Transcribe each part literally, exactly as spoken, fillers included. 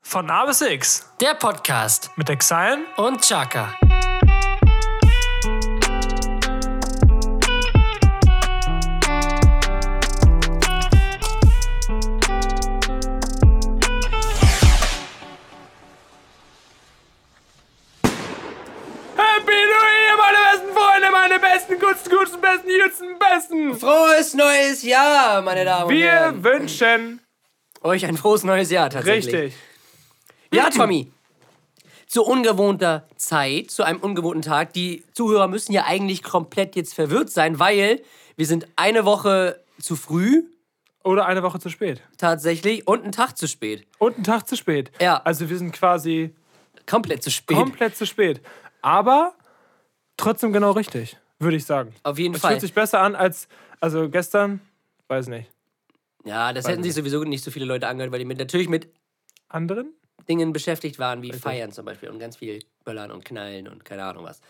Von A bis X. Der Podcast Mit Exile und Chaka. Happy New Year, meine besten Freunde, meine besten, gutsten, gutsten, besten, jüngsten, besten. Frohes neues Jahr, meine Damen und Wir Herren. wünschen Euch ein frohes neues Jahr tatsächlich. richtig. Ja, Tommy. Zu ungewohnter Zeit, zu einem ungewohnten Tag. Die Zuhörer müssen ja eigentlich komplett jetzt verwirrt sein, weil wir sind eine Woche zu früh Oder eine Woche zu spät. tatsächlich und einen Tag zu spät. Und einen Tag zu spät. Ja. Also wir sind quasi Komplett zu spät. komplett zu spät. Aber trotzdem genau richtig, würde ich sagen. Auf jeden Es Fall. fühlt sich besser an als, also gestern, weiß nicht. Ja, das hätten sich sowieso nicht so viele Leute angehört, weil die mit, natürlich mit Anderen? Dingen beschäftigt waren, wie Feiern zum Beispiel und ganz viel Böllern und Knallen und keine Ahnung was.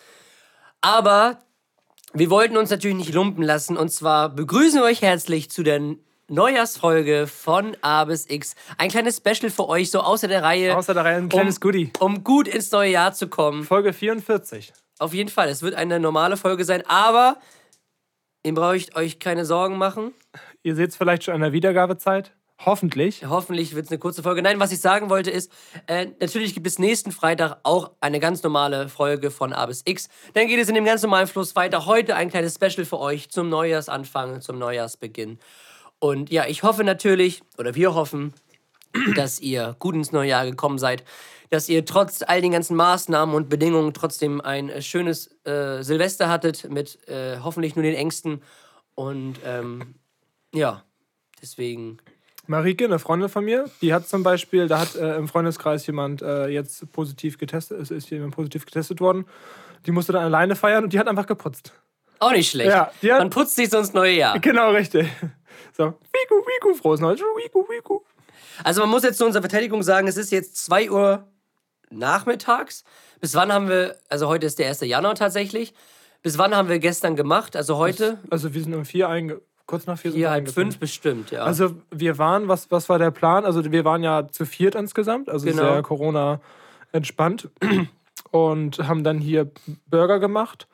Aber wir wollten uns natürlich nicht lumpen lassen und zwar begrüßen wir euch herzlich zu der Neujahrsfolge von A bis X. Ein kleines Special für euch, so außer der Reihe. Außer der Reihe ein kleines um, Goodie. Um gut ins neue Jahr zu kommen. Folge vierundvierzig. Auf jeden Fall, es wird eine normale Folge sein, aber ihr braucht euch keine Sorgen machen. Ihr seht es vielleicht schon an der Wiedergabezeit. Hoffentlich. Hoffentlich wird es eine kurze Folge. Nein, was ich sagen wollte ist, äh, natürlich gibt es nächsten Freitag auch eine ganz normale Folge von A bis X. Dann geht es in dem ganz normalen Fluss weiter. Heute ein kleines Special für euch zum Neujahrsanfang, zum Neujahrsbeginn. Und ja, ich hoffe natürlich, oder wir hoffen, dass ihr gut ins neue Jahr gekommen seid, dass ihr trotz all den ganzen Maßnahmen und Bedingungen trotzdem ein äh, schönes äh, Silvester hattet mit äh, hoffentlich nur den Engsten. Und ähm, ja, deswegen... Marike, eine Freundin von mir, die hat zum Beispiel, da hat äh, im Freundeskreis jemand äh, jetzt positiv getestet, es ist jemand positiv getestet worden. Die musste dann alleine feiern und die hat einfach geputzt. Auch nicht schlecht. Ja, die hat- Man putzt sich sonst neue Jahr. Genau, richtig. So, Wiku, Wiku, frohes Neues, Wiku, Wiku. Also man muss jetzt zu unserer Verteidigung sagen, es ist jetzt zwei Uhr nachmittags. Bis wann haben wir, also heute ist der erste Januar tatsächlich. Bis wann haben wir gestern gemacht? Also heute? Also wir sind um vier einge... Kurz nach vier sind Vier, wir halb eingepennt. fünf bestimmt, ja. Also wir waren, was, was war der Plan? Also wir waren ja zu viert insgesamt, also Genau. sehr Corona entspannt und haben dann hier Burger gemacht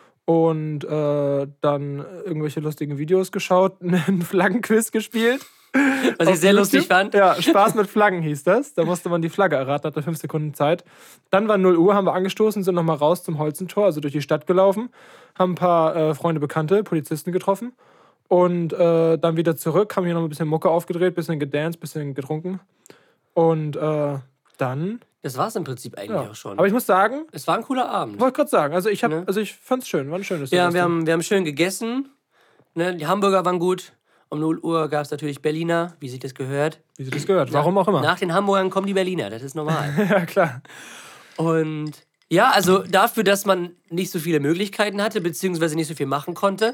und äh, dann irgendwelche lustigen Videos geschaut, einen Flaggenquiz gespielt. Was ich Auf sehr YouTube. lustig fand. Ja, Spaß mit Flaggen hieß das. Da musste man die Flagge erraten, hatte fünf Sekunden Zeit. Dann war null Uhr, haben wir angestoßen, sind nochmal raus zum Holzentor, also durch die Stadt gelaufen, haben ein paar äh, Freunde, Bekannte, Polizisten getroffen und äh, dann wieder zurück, haben hier noch ein bisschen Mucke aufgedreht, bisschen gedanced, bisschen getrunken und äh, dann... Das war es im Prinzip eigentlich Ja. auch schon. Aber ich muss sagen, Es war ein cooler Abend. wollte gerade sagen, also ich, hab, Ne? also ich fand's schön, war ein schönes Ja, Silvester. wir haben, wir haben schön gegessen. Ne? Die Hamburger waren gut. Um null Uhr gab es natürlich Berliner, wie sich das gehört. Wie sie das gehört, warum auch immer. Nach den Hamburgern kommen die Berliner, das ist normal. Ja, klar. Und ja, also dafür, dass man nicht so viele Möglichkeiten hatte, beziehungsweise nicht so viel machen konnte,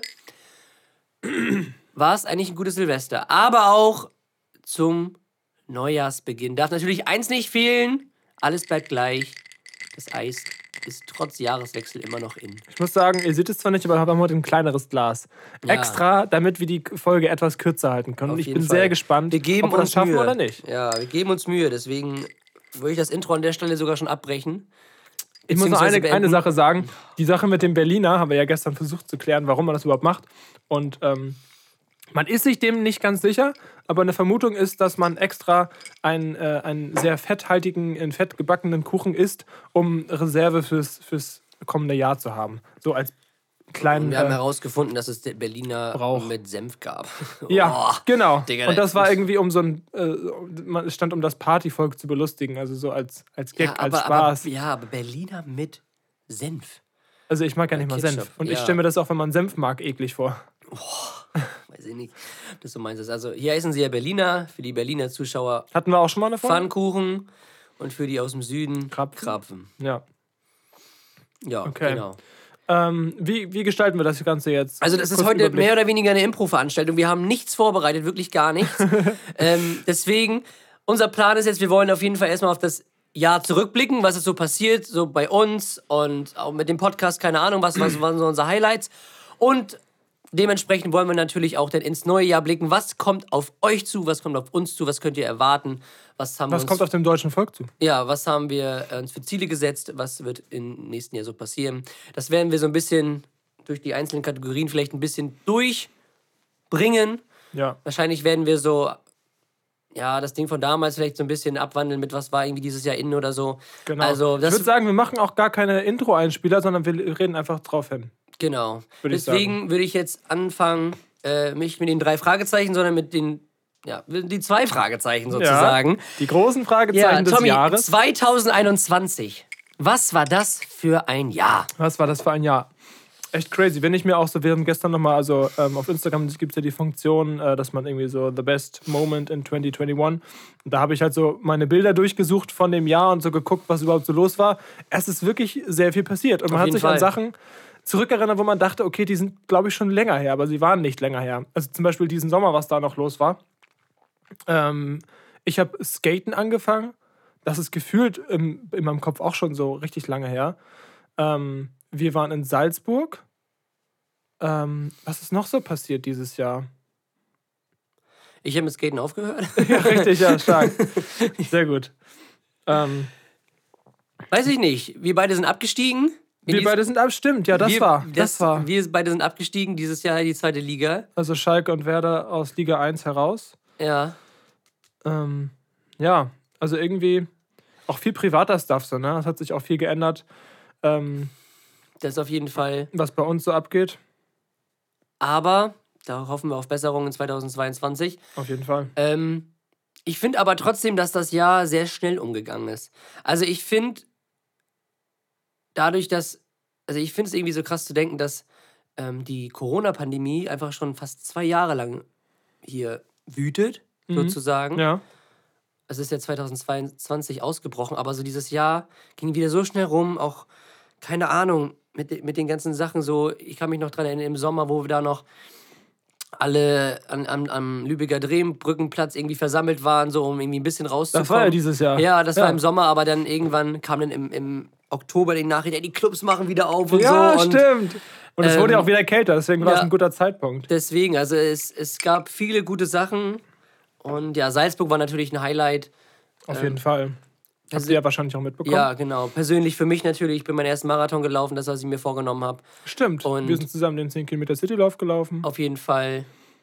war es eigentlich ein gutes Silvester. Aber auch zum Neujahrsbeginn darf natürlich eins nicht fehlen. Alles bleibt gleich. Das Eis ist trotz Jahreswechsel immer noch in. Ich muss sagen, ihr seht es zwar nicht, aber wir haben heute ein kleineres Glas. Ja. Extra, damit wir die Folge etwas kürzer halten können. Auf Und ich jeden bin Fall. sehr gespannt, Wir geben ob wir das uns schaffen Mühe. oder nicht. Ja, wir geben uns Mühe. Deswegen würde ich das Intro an der Stelle sogar schon abbrechen. Ich muss noch eine, Beziehungsweise eine beenden. Sache sagen. Die Sache mit dem Berliner haben wir ja gestern versucht zu klären, warum man das überhaupt macht. Und ähm, man ist sich dem nicht ganz sicher, aber eine Vermutung ist, dass man extra einen, äh, einen sehr fetthaltigen, in Fett gebackenen Kuchen isst, um Reserve fürs, fürs kommende Jahr zu haben. So als kleinen... Und wir haben äh, herausgefunden, dass es den Berliner Brauch. mit Senf gab. Ja, Oh, genau. Digga, und das war das- irgendwie um so ein, äh, man- es stand um das Partyvolk zu belustigen, also so als, als Gag, Ja, aber, als Spaß. aber, ja, aber Berliner mit Senf. Also ich mag ja nicht mal Ketchup, Senf. Und ich ja. stelle mir das auch, wenn man Senf mag, eklig vor. Weiß ich nicht, ob das so meinst. ist. Also hier essen sie ja Berliner, für die Berliner Zuschauer Hatten wir auch schon mal eine Folge? Pfannkuchen und für die aus dem Süden Krapfen. Krapfen. Ja. Ja, Okay. genau. Ähm, wie, wie gestalten wir das Ganze jetzt? Also das ist Kurz heute Überblick. mehr oder weniger eine Impro-Veranstaltung. Wir haben nichts vorbereitet, wirklich gar nichts. ähm, deswegen, unser Plan ist jetzt, wir wollen auf jeden Fall erstmal auf das Jahr zurückblicken, was ist so passiert, so bei uns und auch mit dem Podcast, keine Ahnung, was, was waren so unsere Highlights. Und dementsprechend wollen wir natürlich auch dann ins neue Jahr blicken. Was kommt auf euch zu? Was kommt auf uns zu? Was könnt ihr erwarten? Was, haben was wir uns, kommt auf dem deutschen Volk zu? Ja, was haben wir uns für Ziele gesetzt? Was wird im nächsten Jahr so passieren? Das werden wir so ein bisschen durch die einzelnen Kategorien vielleicht ein bisschen durchbringen. Ja. Wahrscheinlich werden wir so, ja, das Ding von damals vielleicht so ein bisschen abwandeln mit, was war irgendwie dieses Jahr innen oder so. Genau. Also, das ich würde sagen, wir machen auch gar keine Intro-Einspieler, sondern wir reden einfach drauf hin. Genau. Würde ich Deswegen sagen. würde ich jetzt anfangen, äh, mich mit den drei Fragezeichen, sondern mit den, ja, die zwei Fragezeichen sozusagen. Ja, die großen Fragezeichen Ja, des Tommy, Jahres. zwanzig einundzwanzig. Was war das für ein Jahr? Was war das für ein Jahr? Echt crazy. Wenn ich mir auch so während gestern nochmal, also ähm, auf Instagram gibt es ja die Funktion, äh, dass man irgendwie so The Best Moment in zwanzig einundzwanzig. Und da habe ich halt so meine Bilder durchgesucht von dem Jahr und so geguckt, was überhaupt so los war. Es ist wirklich sehr viel passiert. Und man Auf hat jeden sich Fall. an Sachen zurückerinnert, wo man dachte, okay, die sind, glaube ich, schon länger her, aber sie waren nicht länger her. Also zum Beispiel diesen Sommer, was da noch los war. Ähm, ich habe Skaten angefangen. Das ist gefühlt im, in meinem Kopf auch schon so richtig lange her. Ähm, wir waren in Salzburg. Ähm, was ist noch so passiert dieses Jahr? Ich habe mit Skaten aufgehört. Ja, richtig, ja, stark. Sehr gut. Ähm, Weiß ich nicht. Wir beide sind abgestiegen. In wir dies- beide sind abstimmt. Ja, das wir, war. Das, das war. Wir beide sind abgestiegen, dieses Jahr in die zweite Liga. Also Schalke und Werder aus Liga eins heraus. Ja. Ähm, ja, also irgendwie auch viel privater Stuff so, ne? Es hat sich auch viel geändert, ähm, Das ist auf jeden Fall. was bei uns so abgeht. Aber da hoffen wir auf Besserungen in zweitausendzweiundzwanzig. Auf jeden Fall. Ähm, ich finde aber trotzdem, dass das Jahr sehr schnell umgegangen ist. Also ich finde, dadurch, dass, also ich finde es irgendwie so krass zu denken, dass ähm, die Corona-Pandemie einfach schon fast zwei Jahre lang hier wütet, Mhm. sozusagen. Ja. Es ist ja zweitausendzweiundzwanzig ausgebrochen, aber so dieses Jahr ging wieder so schnell rum, auch, keine Ahnung, mit, de- mit den ganzen Sachen so, ich kann mich noch dran erinnern, im Sommer, wo wir da noch alle an, am, am Lübecker Drehbrückenplatz irgendwie versammelt waren, so um irgendwie ein bisschen rauszukommen. Das war ja dieses Jahr. Ja, das war Ja. im Sommer, aber dann irgendwann kam dann im, im Oktober die Nachricht, ey, die Clubs machen wieder auf und Ja, so. Und stimmt. Und es ähm, wurde ja auch wieder kälter, deswegen war es ja. ein guter Zeitpunkt. deswegen, also es, es gab viele gute Sachen. Und ja, Salzburg war natürlich ein Highlight. Auf jeden Fall. Habt ihr ja wahrscheinlich auch mitbekommen. Ja, genau. Persönlich für mich natürlich. Ich bin meinen ersten Marathon gelaufen, das, was ich mir vorgenommen habe. Stimmt. Und- wir sind zusammen den zehn Kilometer Citylauf gelaufen. Auf jeden Fall.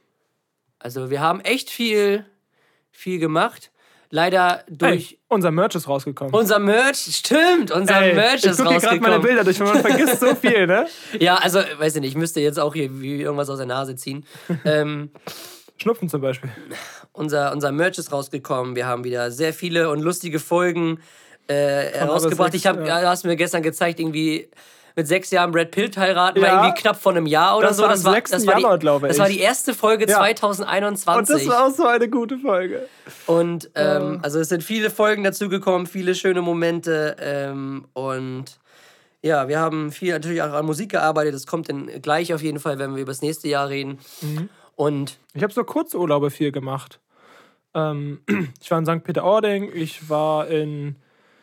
Also wir haben echt viel, viel gemacht. Leider durch Hey, unser Merch ist rausgekommen. unser Merch. Stimmt, unser Ey, Merch ich ist guck hier gerade meine rausgekommen. Bilder durch, man vergisst so viel, ne? Ja, also, weiß ich nicht, ich müsste jetzt auch hier wie irgendwas aus der Nase ziehen. ähm, Schnupfen zum Beispiel. unser, unser Merch ist rausgekommen. Wir haben wieder sehr viele und lustige Folgen äh, herausgebracht. sechs, Ich habe, ja. ja. du hast mir gestern gezeigt, irgendwie mit sechs Jahren Brad Pitt heiraten, war Ja. irgendwie knapp vor einem Jahr oder Das so. war das am sechsten das war Januar, die, glaube Das war ich. die erste Folge Ja. zweitausendeinundzwanzig. Und das war auch so eine gute Folge. Und ähm, also es sind viele Folgen dazugekommen, viele schöne Momente ähm, und ja, wir haben viel natürlich auch an Musik gearbeitet. Das kommt dann gleich auf jeden Fall, wenn wir über das nächste Jahr reden. Mhm. Und Ich habe so Kurzurlaube viel gemacht. Ähm, ich war in Sankt Peter-Ording, ich war in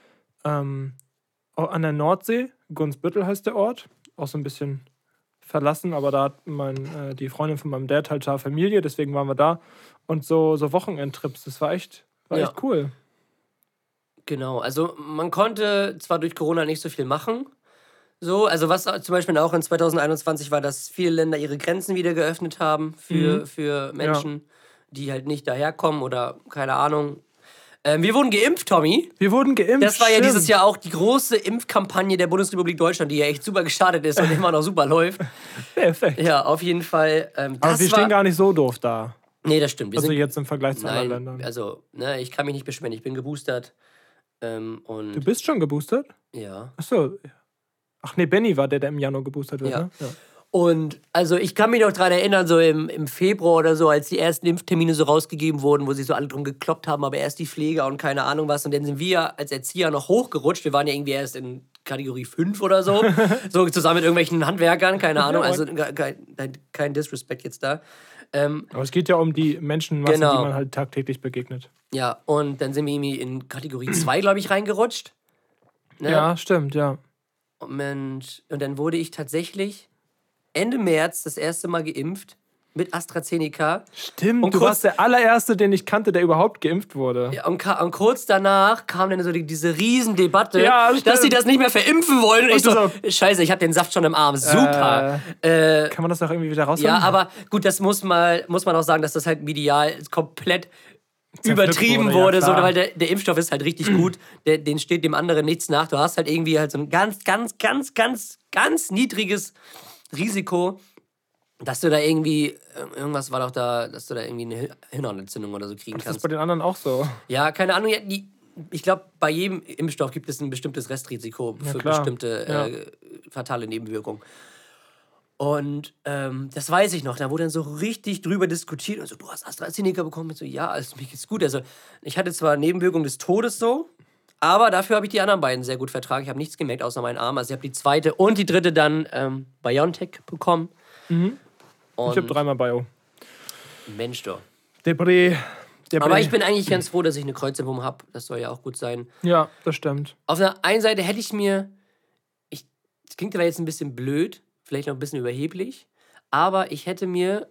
ähm, an der Nordsee, Gunzbüttel heißt der Ort. Auch so ein bisschen verlassen, aber da hat mein, äh, die Freundin von meinem Dad halt da Familie, deswegen waren wir da. Und so, so Wochenendtrips, das war echt, war Ja. echt cool. genau, also man konnte zwar durch Corona nicht so viel machen. So, also was zum Beispiel auch in zweitausendeinundzwanzig war, dass viele Länder ihre Grenzen wieder geöffnet haben für, Mhm. für Menschen, die halt nicht daherkommen oder keine Ahnung. Ähm, wir wurden geimpft, Tommy. Wir wurden geimpft. Das war ja stimmt. dieses Jahr auch die große Impfkampagne der Bundesrepublik Deutschland, die ja echt super gestartet ist und immer noch super läuft. Perfekt. Ja, auf jeden Fall. Ähm, Aber das wir war, stehen gar nicht so doof da. Nee, das stimmt. Wir Also sind, jetzt im Vergleich zu anderen nein, Ländern. also, ne, ich kann mich nicht beschweren. Ich bin geboostert. Ähm, und Du bist schon geboostert? ja. Achso. Ach nee, Benny war der, der im Januar geboostert wird, Ja. ne? Ja. Und also ich kann mich noch dran erinnern, so im, im Februar oder so, als die ersten Impftermine so rausgegeben wurden, wo sich so alle drum gekloppt haben, aber erst die Pfleger und keine Ahnung was. Und dann sind wir als Erzieher noch hochgerutscht. Wir waren ja irgendwie erst in Kategorie fünf oder so. So zusammen mit irgendwelchen Handwerkern, keine Ahnung. Also kein, kein Disrespect jetzt da. Ähm, Aber es geht ja um die Menschenmassen, Genau. die man halt tagtäglich begegnet. ja, und dann sind wir irgendwie in Kategorie zwei, glaube ich, reingerutscht. Ne? Ja, stimmt, ja. Und, und dann wurde ich tatsächlich Ende März das erste Mal geimpft mit AstraZeneca. Stimmt, und du kurz, warst der allererste, den ich kannte, der überhaupt geimpft wurde. Ja, und, und kurz danach kam dann so die, diese Riesendebatte, ja, dass sie das nicht mehr verimpfen wollen. Und, und ich so, so, scheiße, ich habe den Saft schon im Arm. Super. Äh, äh, kann man das doch irgendwie wieder rausholen? Ja, aber gut, das muss, mal, muss man auch sagen, dass das halt medial komplett übertrieben wurde, wurde ja, so, weil der, der Impfstoff ist halt richtig gut, der, den steht dem anderen nichts nach. Du hast halt irgendwie halt so ein ganz, ganz, ganz, ganz, ganz niedriges Risiko, dass du da irgendwie, irgendwas war doch da, dass du da irgendwie eine Hirnentzündung oder so kriegen das kannst. Ist bei den anderen auch so? Ja, keine Ahnung. Die, ich glaube, bei jedem Impfstoff gibt es ein bestimmtes Restrisiko für ja, bestimmte ja. äh, fatale Nebenwirkungen. Und ähm, das weiß ich noch. Da wurde dann so richtig drüber diskutiert. Und so, du hast AstraZeneca bekommen. Und so, ja, also mir geht's gut. Also ich hatte zwar Nebenwirkungen des Todes so, aber dafür habe ich die anderen beiden sehr gut vertragen. Ich habe nichts gemerkt, außer meinen Arm. Also ich habe die zweite und die dritte dann ähm, BioNTech bekommen. Mhm. Ich habe dreimal Bio. Mensch doch. Depré. Depré. Aber ich bin eigentlich ganz froh, dass ich eine Kreuzimpfung habe. Das soll ja auch gut sein. Ja, das stimmt. Auf der einen Seite hätte ich mir, ich, das klingt aber jetzt ein bisschen blöd, vielleicht noch ein bisschen überheblich, aber ich hätte mir,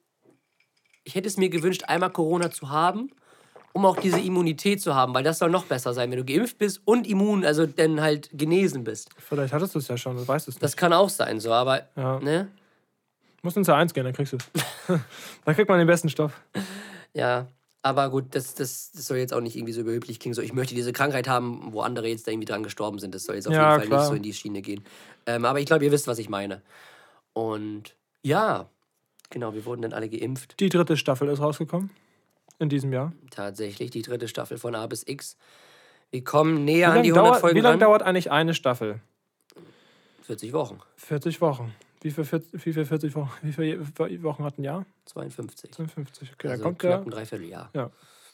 ich hätte es mir gewünscht, einmal Corona zu haben, um auch diese Immunität zu haben, weil das soll noch besser sein, wenn du geimpft bist und immun, also dann halt genesen bist. Vielleicht hattest du es ja schon, du weißt es nicht. Das kann auch sein, so, aber, ja. ne? Muss ins A eins gehen, dann kriegst du es. Da kriegt man den besten Stoff. Ja, aber gut, das, das, das soll jetzt auch nicht irgendwie so überheblich klingen. So, ich möchte diese Krankheit haben, wo andere jetzt da irgendwie dran gestorben sind. Das soll jetzt auf ja, jeden Fall klar. nicht so in die Schiene gehen. Ähm, aber ich glaube, ihr wisst, was ich meine. Und ja, genau, wir wurden dann alle geimpft. Die dritte Staffel ist rausgekommen in diesem Jahr. Tatsächlich, die dritte Staffel von A bis X. Wir kommen näher an die hundert dauert, Folgen Wie lange ran. dauert eigentlich eine Staffel? vierzig Wochen. vierzig Wochen. Wie viele vierzig Wochen? Wie viele Wochen hat ein Jahr? zweiundfünfzig. zweiundfünfzig, okay. Also da kommt knapp der... ein Dreivierteljahr. Ja.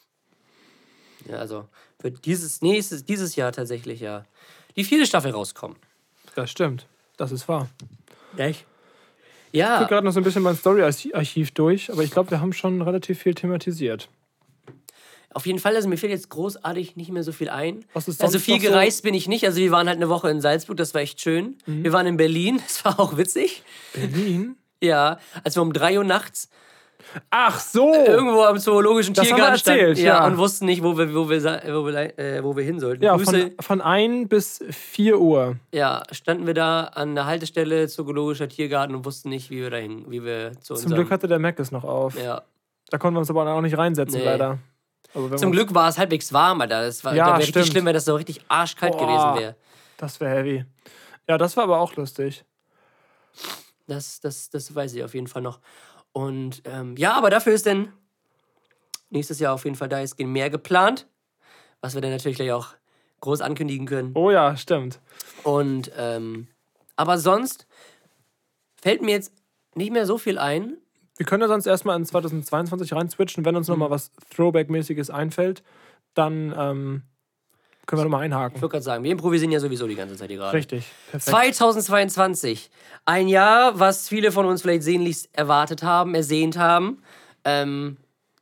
Ja, also für dieses, nächstes, dieses Jahr tatsächlich ja die vierte Staffel rauskommen. Das stimmt. Das ist wahr. Echt? Ja. Ich gucke gerade noch so ein bisschen mein Story-Archiv durch, aber ich glaube, wir haben schon relativ viel thematisiert. Auf jeden Fall, also mir fällt jetzt großartig nicht mehr so viel ein. Was ist also viel so? gereist bin ich nicht. Also wir waren halt eine Woche in Salzburg, das war echt schön. Mhm. Wir waren in Berlin, das war auch witzig. Berlin? Ja, als wir um drei Uhr nachts Ach so! irgendwo am zoologischen das Tiergarten erzählt, standen, ja, ja, und wussten nicht, wo wir, wo wir, wo wir, äh, wo wir hin sollten. Ja, von, von ein bis vier Uhr. Ja, standen wir da an der Haltestelle zoologischer Tiergarten und wussten nicht, wie wir dahin, wie wir zu Zum Glück hatte der Mac es noch auf. Ja. Da konnten wir uns aber auch nicht reinsetzen, nee. leider. Also Zum Glück war es halbwegs warm, Alter. Das war, ja, wäre richtig schlimm, wenn das so richtig arschkalt Boah, gewesen wäre. Das wäre heavy. Ja, das war aber auch lustig. Das, das, das weiß ich auf jeden Fall noch. Und ähm, ja, aber dafür ist dann nächstes Jahr auf jeden Fall da ist mehr geplant, was wir dann natürlich gleich auch groß ankündigen können. Oh ja, stimmt. Und ähm, aber sonst fällt mir jetzt nicht mehr so viel ein. Wir können ja sonst erstmal in zweitausendzweiundzwanzig rein switchen. Wenn uns mhm. nochmal was Throwback-mäßiges einfällt, dann ähm, können wir nochmal einhaken. Ich würde gerade sagen, wir improvisieren ja sowieso die ganze Zeit hier gerade. Richtig. Perfekt. zweitausendzweiundzwanzig. Ein Jahr, was viele von uns vielleicht sehnlichst erwartet haben, ersehnt haben. Ähm,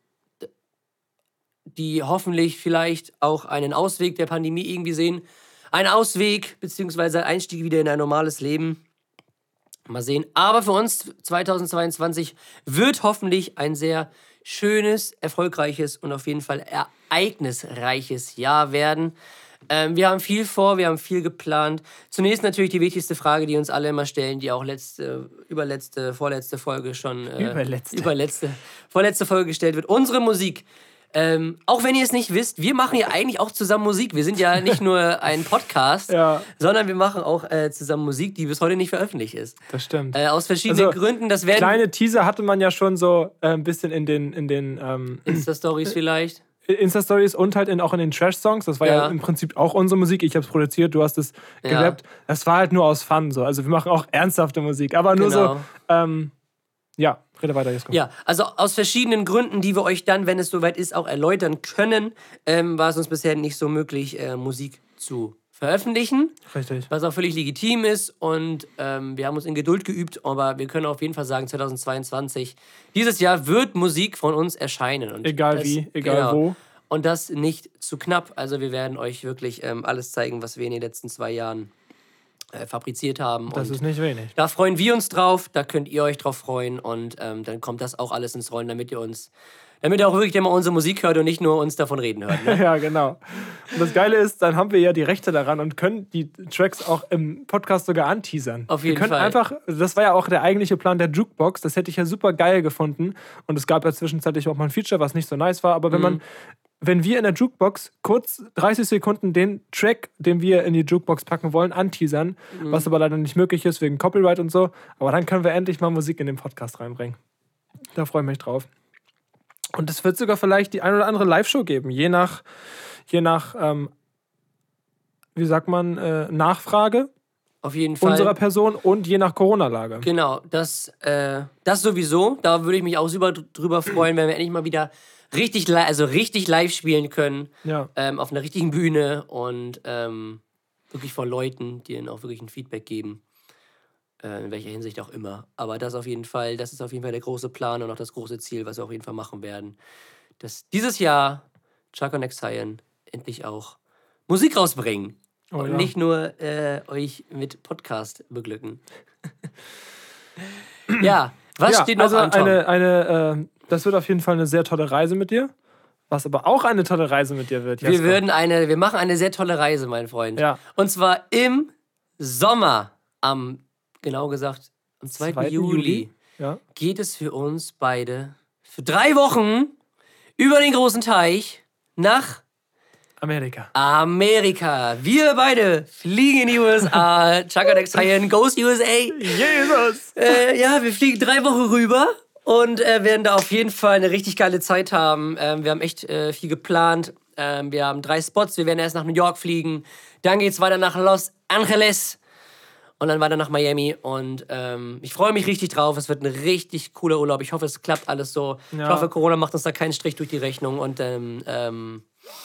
die hoffentlich vielleicht auch einen Ausweg der Pandemie irgendwie sehen. Ein Ausweg, beziehungsweise ein Einstieg wieder in ein normales Leben. Mal sehen. Aber für uns zweitausendzweiundzwanzig wird hoffentlich ein sehr schönes, erfolgreiches und auf jeden Fall ereignisreiches Jahr werden. Ähm, wir haben viel vor, wir haben viel geplant. Zunächst natürlich die wichtigste Frage, die uns alle immer stellen, die auch letzte, überletzte, vorletzte Folge schon... Äh, überletzte. Überletzte, vorletzte Folge gestellt wird. Unsere Musik. Ähm, auch wenn ihr es nicht wisst, wir machen ja eigentlich auch zusammen Musik. Wir sind ja nicht nur ein Podcast, ja. sondern wir machen auch äh, zusammen Musik, die bis heute nicht veröffentlicht ist. Das stimmt. Äh, aus verschiedenen also, Gründen. Das werden kleine Teaser hatte man ja schon so äh, ein bisschen in den... In den ähm, Insta-Stories vielleicht. Insta-Stories und halt in, auch in den Trash-Songs. Das war ja. ja im Prinzip auch unsere Musik. Ich habe es produziert, du hast es ja. gerappt. Das war halt nur aus Fun so. Also wir machen auch ernsthafte Musik. Aber nur genau. so... Ähm, ja, rede weiter, Jesko. Ja, also aus verschiedenen Gründen, die wir euch dann, wenn es soweit ist, auch erläutern können, ähm, war es uns bisher nicht so möglich, äh, Musik zu veröffentlichen. Richtig. Was auch völlig legitim ist und ähm, wir haben uns in Geduld geübt, aber wir können auf jeden Fall sagen, zweitausendzweiundzwanzig, dieses Jahr wird Musik von uns erscheinen. Und egal das, wie, egal genau. wo. Und das nicht zu knapp. Also wir werden euch wirklich ähm, alles zeigen, was wir in den letzten zwei Jahren äh, fabriziert haben. Das und ist nicht wenig. Da freuen wir uns drauf, da könnt ihr euch drauf freuen und ähm, dann kommt das auch alles ins Rollen, damit ihr uns, damit ihr auch wirklich immer unsere Musik hört und nicht nur uns davon reden hört. Ne? Ja, genau. Und das Geile ist, dann haben wir ja die Rechte daran und können die Tracks auch im Podcast sogar anteasern. Auf jeden wir können Fall. einfach, das war ja auch der eigentliche Plan der Jukebox, das hätte ich ja super geil gefunden und es gab ja zwischenzeitlich auch mal ein Feature, was nicht so nice war, aber wenn man, wenn wir in der Jukebox kurz dreißig Sekunden den Track, den wir in die Jukebox packen wollen, anteasern, mhm. was aber leider nicht möglich ist wegen Copyright und so, aber dann können wir endlich mal Musik in den Podcast reinbringen. Da freue ich mich drauf. Und es wird sogar vielleicht die ein oder andere Live-Show geben, je nach, je nach ähm, wie sagt man, äh, Nachfrage Auf jeden Fall. unserer Person und je nach Corona-Lage. Genau, das, äh, das sowieso. Da würde ich mich auch super drüber freuen, wenn wir endlich mal wieder richtig, li- also richtig live spielen können. Ja. Ähm, auf einer richtigen Bühne und ähm, wirklich von Leuten, die ihnen auch wirklich ein Feedback geben. Äh, in welcher Hinsicht auch immer. Aber das auf jeden Fall, das ist auf jeden Fall der große Plan und auch das große Ziel, was wir auf jeden Fall machen werden. Dass dieses Jahr Chaka Next Cyan endlich auch Musik rausbringen. Oh, und ja. nicht nur äh, euch mit Podcast beglücken. Ja, was ja, steht noch also an, Tom? eine, eine, äh, das wird auf jeden Fall eine sehr tolle Reise mit dir. Was aber auch eine tolle Reise mit dir wird. Wir Jasper. würden eine, wir machen eine sehr tolle Reise, mein Freund. Ja. Und zwar im Sommer, am, genau gesagt, am zweiten zweiten Juli, Juli. Ja. geht es für uns beide für drei Wochen über den großen Teich nach Amerika. Amerika. Wir beide fliegen in die U S A. Chaka Next Cyan goes U S A. Jesus! Äh, ja, wir fliegen drei Wochen rüber und äh, werden da auf jeden Fall eine richtig geile Zeit haben. Ähm, wir haben echt äh, viel geplant. Ähm, wir haben drei Spots. Wir werden erst nach New York fliegen. Dann geht's weiter nach Los Angeles. Und dann weiter nach Miami. Und ähm, ich freue mich richtig drauf. Es wird ein richtig cooler Urlaub. Ich hoffe, es klappt alles so. Ja. Ich hoffe, Corona macht uns da keinen Strich durch die Rechnung. Und ähm, ähm,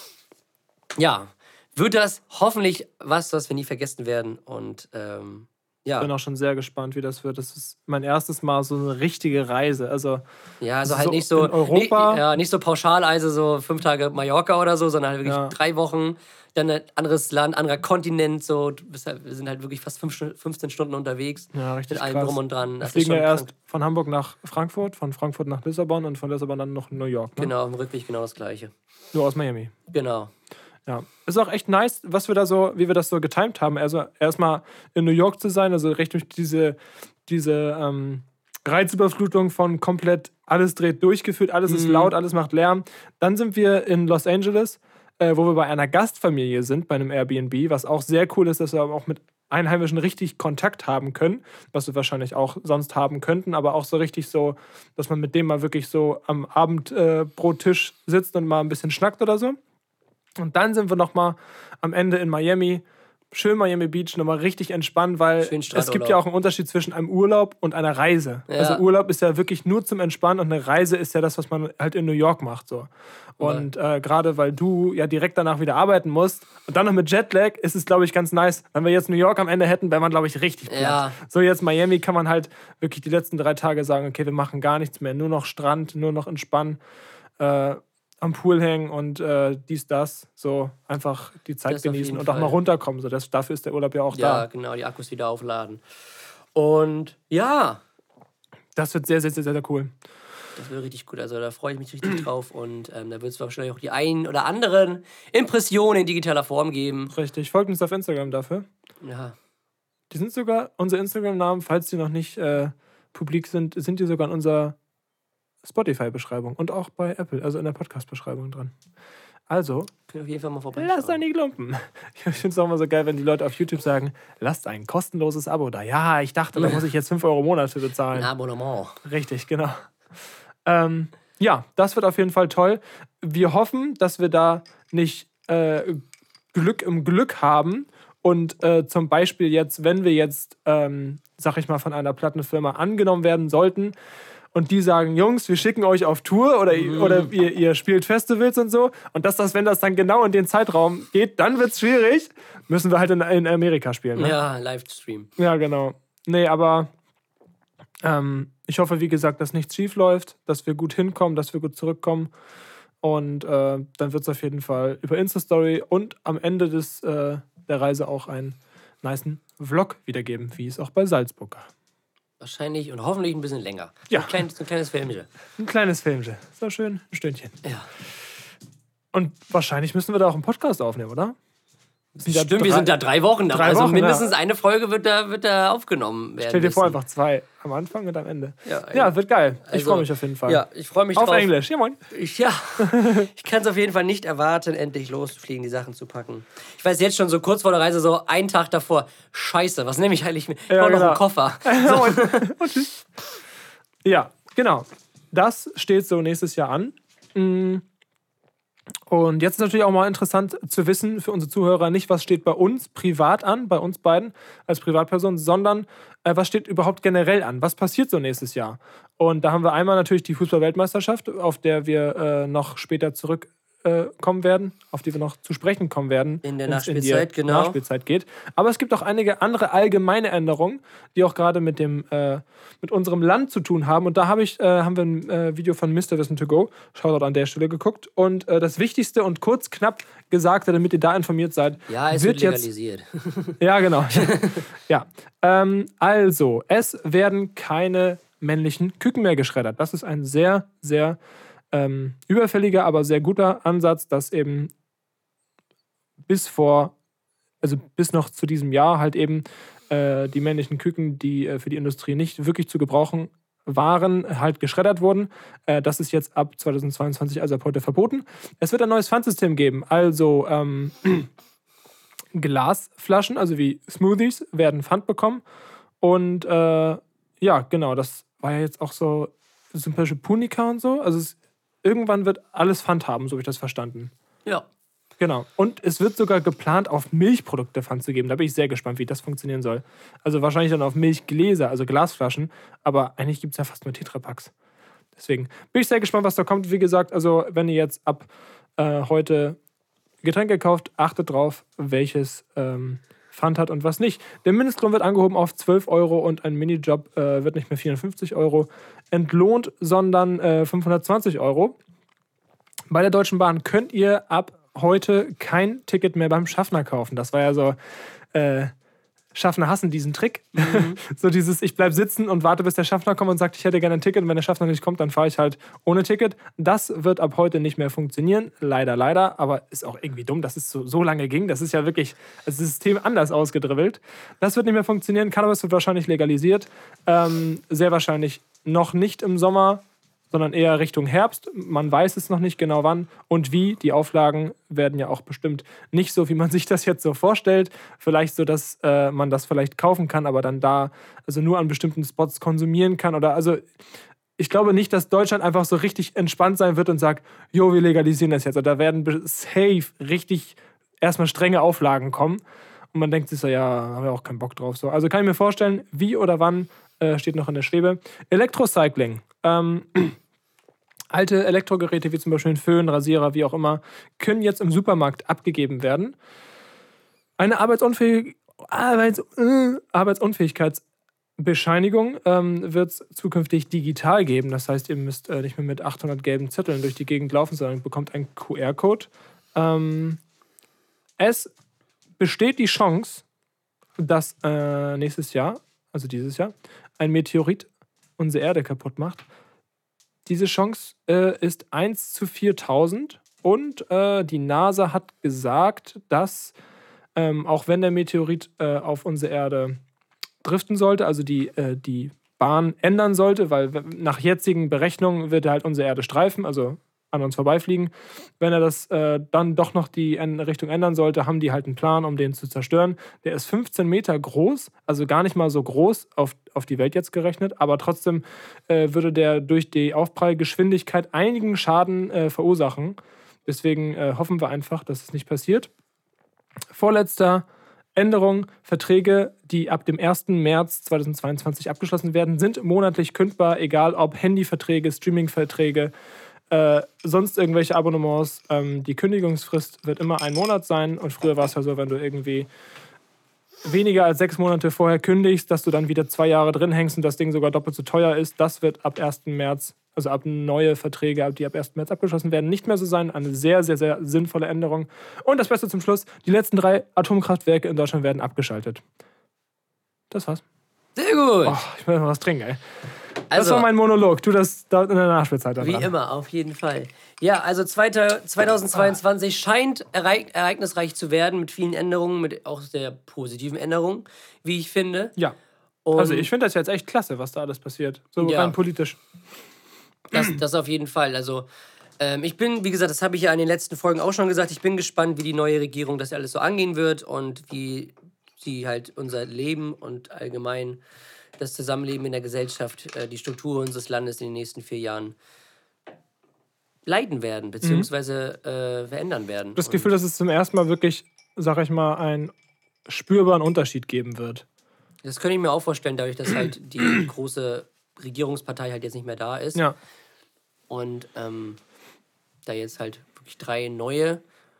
ja, wird das hoffentlich was, was wir nie vergessen werden. Und ähm, ja. Ich bin auch schon sehr gespannt, wie das wird. Das ist mein erstes Mal so eine richtige Reise. Also, Ja, also so halt nicht so in Europa. Nicht, ja, nicht so pauschal, also so fünf Tage Mallorca oder so, sondern halt wirklich Ja. drei Wochen, dann ein anderes Land, anderer Kontinent, so. Du bist halt, wir sind halt wirklich fast fünf, fünfzehn Stunden unterwegs. Ja, richtig Mit allem krass. drum und dran. Wir Das ist fliegen schon ja erst krank. von Hamburg nach Frankfurt, von Frankfurt nach Lissabon und von Lissabon dann noch New York. Ne? Genau, im Rückweg genau das Gleiche. Nur aus Miami. Genau. Ja. Ist auch echt nice, was wir da so, wie wir das so getimed haben. Also erstmal in New York zu sein, also recht durch diese, diese ähm, Reizüberflutung von komplett alles dreht durchgeführt, alles ist laut, alles macht Lärm. Dann sind wir in Los Angeles, äh, wo wir bei einer Gastfamilie sind, bei einem Airbnb, was auch sehr cool ist, dass wir auch mit Einheimischen richtig Kontakt haben können, was wir wahrscheinlich auch sonst haben könnten, aber auch so richtig so, dass man mit dem mal wirklich so am Abendbrottisch äh, sitzt und mal ein bisschen schnackt oder so. Und dann sind wir nochmal am Ende in Miami, schön Miami Beach, nochmal richtig entspannt, weil Schön es gibt Strandurlaub. ja auch einen Unterschied zwischen einem Urlaub und einer Reise. Ja. Also Urlaub ist ja wirklich nur zum Entspannen und eine Reise ist ja das, was man halt in New York macht. So. Und äh, gerade weil du ja direkt danach wieder arbeiten musst und dann noch mit Jetlag, ist es, glaube ich, ganz nice. Wenn wir jetzt New York am Ende hätten, wäre man, glaube ich, richtig platt. Ja. So jetzt Miami kann man halt wirklich die letzten drei Tage sagen, okay, wir machen gar nichts mehr, nur noch Strand, nur noch entspannen. Äh, am Pool hängen und äh, dies, das, so einfach die Zeit Das auf genießen jeden und auch mal Fall. runterkommen. So, das, dafür ist der Urlaub ja auch Ja, da. genau, die Akkus wieder aufladen. Und ja, Das wird sehr, sehr, sehr, sehr cool. das wird richtig gut. Also da freue ich mich richtig drauf. Und ähm, da wird es wahrscheinlich auch die ein oder anderen Impressionen in digitaler Form geben. Richtig. Folgt uns auf Instagram dafür. Ja, Die sind sogar, unsere Instagram-Namen, falls die noch nicht äh, publik sind, sind die sogar in unserer Spotify-Beschreibung und auch bei Apple, also in der Podcast-Beschreibung dran. Also, könnt ihr auf jeden Fall mal vorbeischauen. lasst einen die Klumpen. Ich finde es auch immer so geil, wenn die Leute auf YouTube sagen, lasst ein kostenloses Abo da. Ja, ich dachte, da muss ich jetzt fünf Euro im Monat für bezahlen. Ein Abonnement. Richtig, genau. Ähm, ja, das wird auf jeden Fall toll. Wir hoffen, dass wir da nicht äh, Glück im Glück haben und äh, zum Beispiel jetzt, wenn wir jetzt, ähm, sag ich mal, von einer Plattenfirma angenommen werden sollten und die sagen, Jungs, wir schicken euch auf Tour oder, Mhm. oder ihr, ihr spielt Festivals und so und dass das, wenn das dann genau in den Zeitraum geht, dann wird es schwierig, müssen wir halt in, in Amerika spielen. Ne? Ja, Livestream. Ja, genau. Nee, aber ähm, ich hoffe, wie gesagt, dass nichts schief läuft, dass wir gut hinkommen, dass wir gut zurückkommen. Und äh, dann wird es auf jeden Fall über Insta-Story und am Ende des, äh, der Reise auch ein nicen Vlog wiedergeben, wie es auch bei Salzburg war. Wahrscheinlich und hoffentlich ein bisschen länger. Ja. So ein kleines, so ein kleines Filmchen. Ein kleines Filmchen. So schön, ein Stündchen. Ja. Und wahrscheinlich müssen wir da auch einen Podcast aufnehmen, oder? Sind Stimmt, drei, wir sind da drei Wochen da. Drei also Wochen, mindestens ja. eine Folge wird da, wird da aufgenommen werden. Stell dir vor, müssen. einfach zwei. Am Anfang und am Ende. Ja, ja wird geil. Ich also, freue mich auf jeden Fall. Ja, ich freue mich auf drauf. Englisch. Ja, moin. Ich, ja, ich kann es auf jeden Fall nicht erwarten, endlich loszufliegen, die Sachen zu packen. Ich weiß jetzt schon so kurz vor der Reise, so einen Tag davor, scheiße, was nehme ich eigentlich mit? Ich ja, brauche genau. noch einen Koffer. So. und, und tschüss. Ja, genau. Das steht so nächstes Jahr an. Und jetzt ist natürlich auch mal interessant zu wissen für unsere Zuhörer, nicht was steht bei uns privat an, bei uns beiden als Privatpersonen, sondern äh, was steht überhaupt generell an? Was passiert so nächstes Jahr? Und da haben wir einmal natürlich die Fußball-Weltmeisterschaft, auf der wir äh, noch später zurück äh, kommen werden, auf die wir noch zu sprechen kommen werden. In der wenn es Nachspielzeit, in die genau. Nachspielzeit geht. Aber es gibt auch einige andere allgemeine Änderungen, die auch gerade mit dem äh, mit unserem Land zu tun haben. Und da hab ich, äh, haben wir ein äh, Video von Mister Wissen to go, Shoutout an der Stelle, geguckt. Und äh, das Wichtigste und kurz knapp Gesagte, damit ihr da informiert seid, ja, es wird, wird legalisiert. Jetzt, ja, genau. ja. Ähm, also, es werden keine männlichen Küken mehr geschreddert. Das ist ein sehr, sehr ähm, überfälliger, aber sehr guter Ansatz, dass eben bis vor, also bis noch zu diesem Jahr halt eben äh, die männlichen Küken, die äh, für die Industrie nicht wirklich zu gebrauchen waren, halt geschreddert wurden. Äh, das ist jetzt ab zweitausendzweiundzwanzig, also ab heute, verboten. Es wird ein neues Pfandsystem geben, also ähm, Glasflaschen, also wie Smoothies, werden Pfand bekommen. Und äh, ja, genau, das war ja jetzt auch so zum Beispiel Punika und so. Also es, irgendwann wird alles Pfand haben, so habe ich das verstanden. Ja. Genau. Und es wird sogar geplant, auf Milchprodukte Pfand zu geben. Da bin ich sehr gespannt, wie das funktionieren soll. Also wahrscheinlich dann auf Milchgläser, also Glasflaschen. Aber eigentlich gibt es ja fast nur Tetrapacks. Deswegen bin ich sehr gespannt, was da kommt. Wie gesagt, also wenn ihr jetzt ab äh, heute Getränke kauft, achtet drauf, welches ähm, Pfand hat und was nicht. Der Mindestlohn wird angehoben auf zwölf Euro und ein Minijob äh, wird nicht mehr vierundfünfzig Euro entlohnt, sondern äh, fünfhundertzwanzig Euro. Bei der Deutschen Bahn könnt ihr ab heute kein Ticket mehr beim Schaffner kaufen. Das war ja so, äh, Schaffner hassen diesen Trick. Mhm. So dieses, ich bleib sitzen und warte, bis der Schaffner kommt und sagt, ich hätte gerne ein Ticket. Und wenn der Schaffner nicht kommt, dann fahre ich halt ohne Ticket. Das wird ab heute nicht mehr funktionieren. Leider, leider. Aber ist auch irgendwie dumm, dass es so, so lange ging. Das ist ja wirklich das System anders ausgedribbelt. Das wird nicht mehr funktionieren. Cannabis wird wahrscheinlich legalisiert. Ähm, sehr wahrscheinlich noch nicht im Sommer, sondern eher Richtung Herbst. Man weiß es noch nicht genau wann und wie. Die Auflagen werden ja auch bestimmt nicht so, wie man sich das jetzt so vorstellt. Vielleicht so, dass äh, man das vielleicht kaufen kann, aber dann da also nur an bestimmten Spots konsumieren kann. Oder also ich glaube nicht, dass Deutschland einfach so richtig entspannt sein wird und sagt, jo, wir legalisieren das jetzt. Da werden safe richtig erstmal strenge Auflagen kommen. Und man denkt sich so, ja, haben wir auch keinen Bock drauf. So. Also kann ich mir vorstellen, wie oder wann äh, steht noch in der Schwebe. Elektrocycling. Ähm, Alte Elektrogeräte wie zum Beispiel ein Föhn, Rasierer, wie auch immer, können jetzt im Supermarkt abgegeben werden. Eine Arbeitsunfähig Arbeits äh, Arbeitsunfähigkeitsbescheinigung ähm, wird es zukünftig digital geben. Das heißt, ihr müsst äh, nicht mehr mit achthundert gelben Zetteln durch die Gegend laufen, sondern bekommt einen Q R-Code. Ähm, es besteht die Chance, dass äh, nächstes Jahr, also dieses Jahr, ein Meteorit unsere Erde kaputt macht. Diese Chance äh, ist eins zu viertausend und äh, die NASA hat gesagt, dass ähm, auch wenn der Meteorit äh, auf unsere Erde driften sollte, also die, äh, die Bahn ändern sollte, weil nach jetzigen Berechnungen wird er halt unsere Erde streifen, also an uns vorbeifliegen. Wenn er das äh, dann doch noch die Richtung ändern sollte, haben die halt einen Plan, um den zu zerstören. Der ist fünfzehn Meter groß, also gar nicht mal so groß auf, auf die Welt jetzt gerechnet, aber trotzdem äh, würde der durch die Aufprallgeschwindigkeit einigen Schaden äh, verursachen. Deswegen äh, hoffen wir einfach, dass es nicht passiert. Vorletzter Änderung: Verträge, die ab dem ersten März zweitausendzweiundzwanzig abgeschlossen werden, sind monatlich kündbar, egal ob Handyverträge, Streamingverträge, Äh, sonst irgendwelche Abonnements. Ähm, die Kündigungsfrist wird immer ein Monat sein und früher war es ja so, wenn du irgendwie weniger als sechs Monate vorher kündigst, dass du dann wieder zwei Jahre drin hängst und das Ding sogar doppelt so teuer ist. Das wird ab ersten März also ab neue Verträge, die ab ersten März abgeschlossen werden, nicht mehr so sein. Eine sehr, sehr, sehr sinnvolle Änderung. Und das Beste zum Schluss, die letzten drei Atomkraftwerke in Deutschland werden abgeschaltet. Das war's. Sehr gut. Oh, ich will mal was trinken, ey. Also, das war mein Monolog. Tu das da in der Nachspielzeit. Wie dran. Immer, auf jeden Fall. Ja, also zweitausendzweiundzwanzig scheint ereignisreich zu werden mit vielen Änderungen, mit auch sehr positiven Änderungen, wie ich finde. Ja. Und also ich finde das jetzt echt klasse, was da alles passiert. So ja. rein politisch. Das, das auf jeden Fall. Also ähm, ich bin, wie gesagt, das habe ich ja in den letzten Folgen auch schon gesagt, ich bin gespannt, wie die neue Regierung das alles so angehen wird und wie sie halt unser Leben und allgemein das Zusammenleben in der Gesellschaft, äh, die Struktur unseres Landes in den nächsten vier Jahren leiten werden, beziehungsweise mhm. äh, verändern werden. Das Gefühl, dass es zum ersten Mal wirklich, sag ich mal, einen spürbaren Unterschied geben wird. Das könnte ich mir auch vorstellen, dadurch, dass halt die große Regierungspartei halt jetzt nicht mehr da ist. Ja. Und ähm, da jetzt halt wirklich drei neue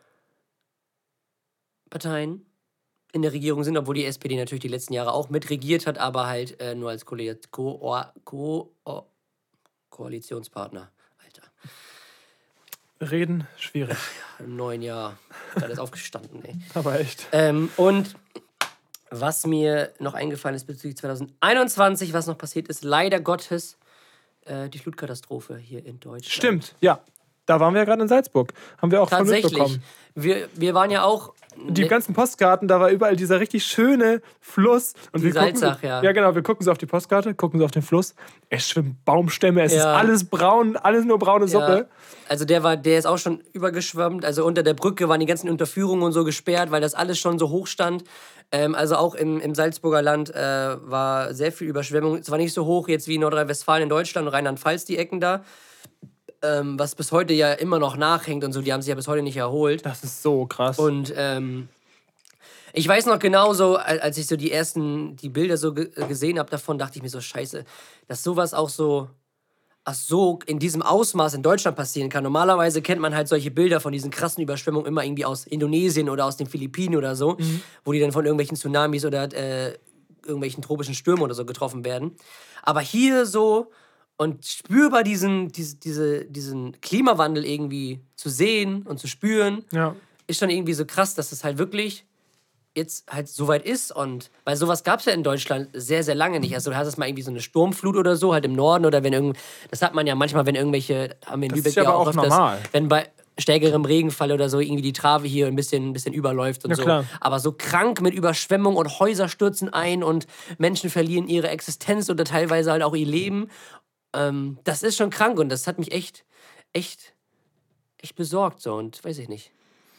Parteien in der Regierung sind, obwohl die S P D natürlich die letzten Jahre auch mitregiert hat, aber halt äh, nur als Ko Ko Ko Ko Koalitionspartner. Alter. Reden, schwierig. Ja, im neuen Jahr ist alles aufgestanden, ey. Aber echt. Ähm, und was mir noch eingefallen ist bezüglich zweitausendeinundzwanzig, was noch passiert ist, leider Gottes, äh, die Flutkatastrophe hier in Deutschland. Stimmt, ja. Da waren wir ja gerade in Salzburg. Haben wir auch von mitbekommen. Wir, wir waren ja auch... Die ganzen Postkarten, da war überall dieser richtig schöne Fluss. Und die wir Salzach, gucken, ja. Ja, genau. Wir gucken so auf die Postkarte, gucken so auf den Fluss. Es schwimmen Baumstämme, es ja. ist alles braun, alles nur braune Suppe. Ja. Also der war, der ist auch schon übergeschwemmt. Also unter der Brücke waren die ganzen Unterführungen und so gesperrt, weil das alles schon so hoch stand. Ähm, also auch im, im Salzburger Land äh, war sehr viel Überschwemmung. Es war nicht so hoch jetzt wie Nordrhein-Westfalen in Deutschland und Rheinland-Pfalz, die Ecken da. Ähm, was bis heute ja immer noch nachhängt und so, die haben sich ja bis heute nicht erholt. Das ist so krass. Und ähm, ich weiß noch genau so, als ich so die ersten, die Bilder so ge gesehen habe davon, dachte ich mir so, scheiße, dass sowas auch so, ach so in diesem Ausmaß in Deutschland passieren kann. Normalerweise kennt man halt solche Bilder von diesen krassen Überschwemmungen immer irgendwie aus Indonesien oder aus den Philippinen oder so, mhm. wo die dann von irgendwelchen Tsunamis oder äh, irgendwelchen tropischen Stürmen oder so getroffen werden. Aber hier so... Und spürbar diesen, diese, diese, diesen Klimawandel irgendwie zu sehen und zu spüren, ja. ist schon irgendwie so krass, dass es halt wirklich jetzt halt so weit ist. Und weil sowas gab es ja in Deutschland sehr, sehr lange nicht. Also du hast es mal irgendwie so eine Sturmflut oder so, halt im Norden oder wenn irgend, das hat man ja manchmal, wenn irgendwelche, haben wir in das Lübeck ist ja ja auch auch öfters, normal. Wenn bei stärkerem Regenfall oder so irgendwie die Trave hier ein bisschen, ein bisschen überläuft und ja, so. Klar. Aber so krank mit Überschwemmung und Häuser stürzen ein und Menschen verlieren ihre Existenz oder teilweise halt auch ihr Leben. Ähm, das ist schon krank und das hat mich echt, echt, echt besorgt so und weiß ich nicht.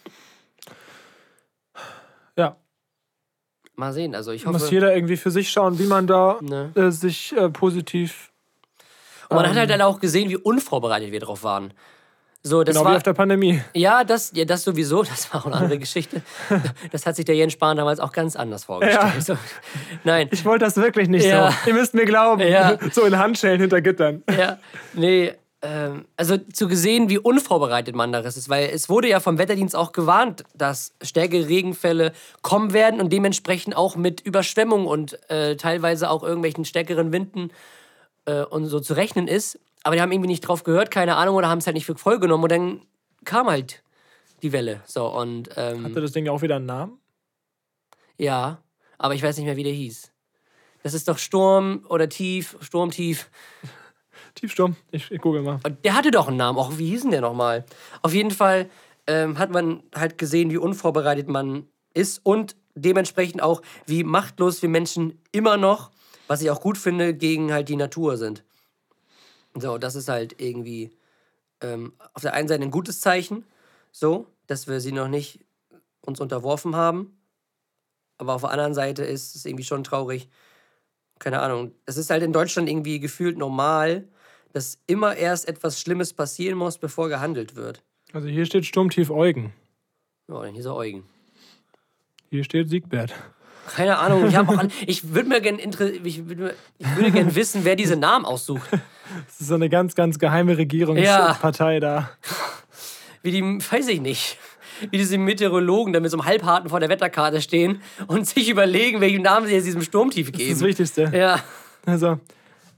Ja. Mal sehen, also ich hoffe... Muss jeder irgendwie für sich schauen, wie man da ne. äh, sich äh, positiv... Und man ähm, hat halt auch gesehen, wie unvorbereitet wir drauf waren. So, das genau war, wie auf der Pandemie. Ja, das, ja, das sowieso, das war auch eine andere Geschichte. Das hat sich der Jens Spahn damals auch ganz anders vorgestellt. Ja. So, nein. Ich wollte das wirklich nicht ja. so. Ihr müsst mir glauben. Ja. So in Handschellen hinter Gittern. Ja, nee, ähm, also zu gesehen, wie unvorbereitet man da ist. Weil es wurde ja vom Wetterdienst auch gewarnt, dass stärkere Regenfälle kommen werden und dementsprechend auch mit Überschwemmungen und äh, teilweise auch irgendwelchen stärkeren Winden äh, und so zu rechnen ist. Aber die haben irgendwie nicht drauf gehört, keine Ahnung, oder haben es halt nicht für voll genommen. Und dann kam halt die Welle. So, und, ähm, hatte das Ding auch wieder einen Namen? Ja, aber ich weiß nicht mehr, wie der hieß. Das ist doch Sturm oder Tief, Sturmtief. Tiefsturm, ich, ich google mal. Und der hatte doch einen Namen, auch wie hieß denn der nochmal? Auf jeden Fall ähm, hat man halt gesehen, wie unvorbereitet man ist und dementsprechend auch, wie machtlos wir Menschen immer noch, was ich auch gut finde, gegen halt die Natur sind. So, das ist halt irgendwie ähm, auf der einen Seite ein gutes Zeichen, so, dass wir sie noch nicht uns unterworfen haben. Aber auf der anderen Seite ist es irgendwie schon traurig. Keine Ahnung. Es ist halt in Deutschland irgendwie gefühlt normal, dass immer erst etwas Schlimmes passieren muss, bevor gehandelt wird. Also hier steht Sturmtief Eugen. Ja, dann hier ist er Eugen. Hier steht Siegbert. Keine Ahnung. Ich, an, ich würde mir gerne ich, würd ich würde gern wissen, wer diese Namen aussucht. Das ist so eine ganz, ganz geheime Regierungspartei ja. da. Wie die, weiß ich nicht. Wie diese Meteorologen da mit so einem Halbharten vor der Wetterkarte stehen und sich überlegen, welchen Namen sie jetzt diesem Sturmtief geben. Das ist das Wichtigste. Ja. Also,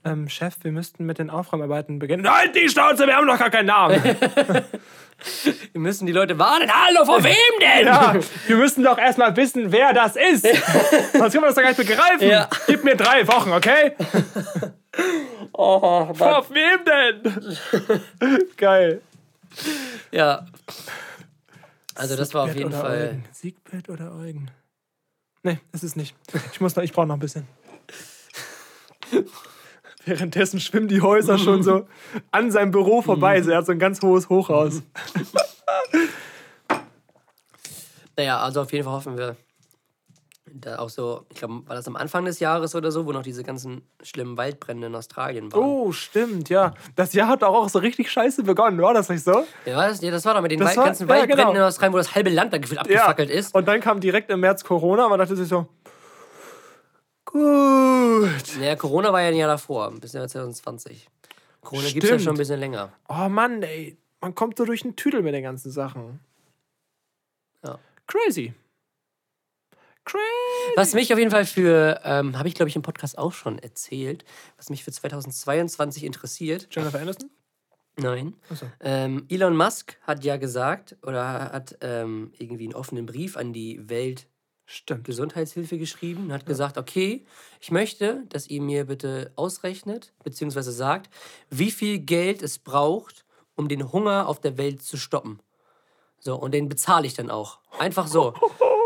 ähm, Chef, wir müssten mit den Aufräumarbeiten beginnen. Halt die Schnauze, wir haben noch gar keinen Namen. Wir müssen die Leute warnen. Hallo, vor wem denn? Ja, wir müssen doch erstmal wissen, wer das ist. Sonst können wir das doch gar nicht begreifen. Ja. Gib mir drei Wochen, okay? Oh, Vor wem denn? Geil. Ja. Also das war auf Siegbert jeden oder Fall... Eugen? Siegbert oder Eugen? Nee, ist es nicht. Ich, muss noch, ich brauche noch ein bisschen. Währenddessen schwimmen die Häuser schon so an seinem Büro vorbei. Er hat so ein ganz hohes Hochhaus. Naja, also auf jeden Fall hoffen wir, da auch so, ich glaube, war das am Anfang des Jahres oder so, wo noch diese ganzen schlimmen Waldbrände in Australien waren. Oh, stimmt, ja. Das Jahr hat auch so richtig scheiße begonnen, war das nicht so? Ja, das, ja, das war doch mit den Das Wald, war- ganzen ja, Waldbränden genau. in Australien, wo das halbe Land da gefühlt abgefackelt ist. Und dann kam direkt im März Corona, man dachte sich so, gut. Naja, Corona war ja ein Jahr davor, bis Jahr zwanzig zwanzig. Corona gibt es ja Stimmt. schon ein bisschen länger. Oh Mann, ey. Man kommt so durch den Tüdel mit den ganzen Sachen. Ja. Crazy. Crazy. Was mich auf jeden Fall für, ähm, habe ich glaube ich im Podcast auch schon erzählt, was mich für zweitausendzweiundzwanzig interessiert. Jennifer Aniston? Nein. Ach so. Ähm, Elon Musk hat ja gesagt, oder hat ähm, irgendwie einen offenen Brief an die Stimmt. Weltgesundheitshilfe geschrieben und hat gesagt, okay, ich möchte, dass ihr mir bitte ausrechnet, beziehungsweise sagt, wie viel Geld es braucht, um den Hunger auf der Welt zu stoppen. So, und den bezahle ich dann auch. Einfach so.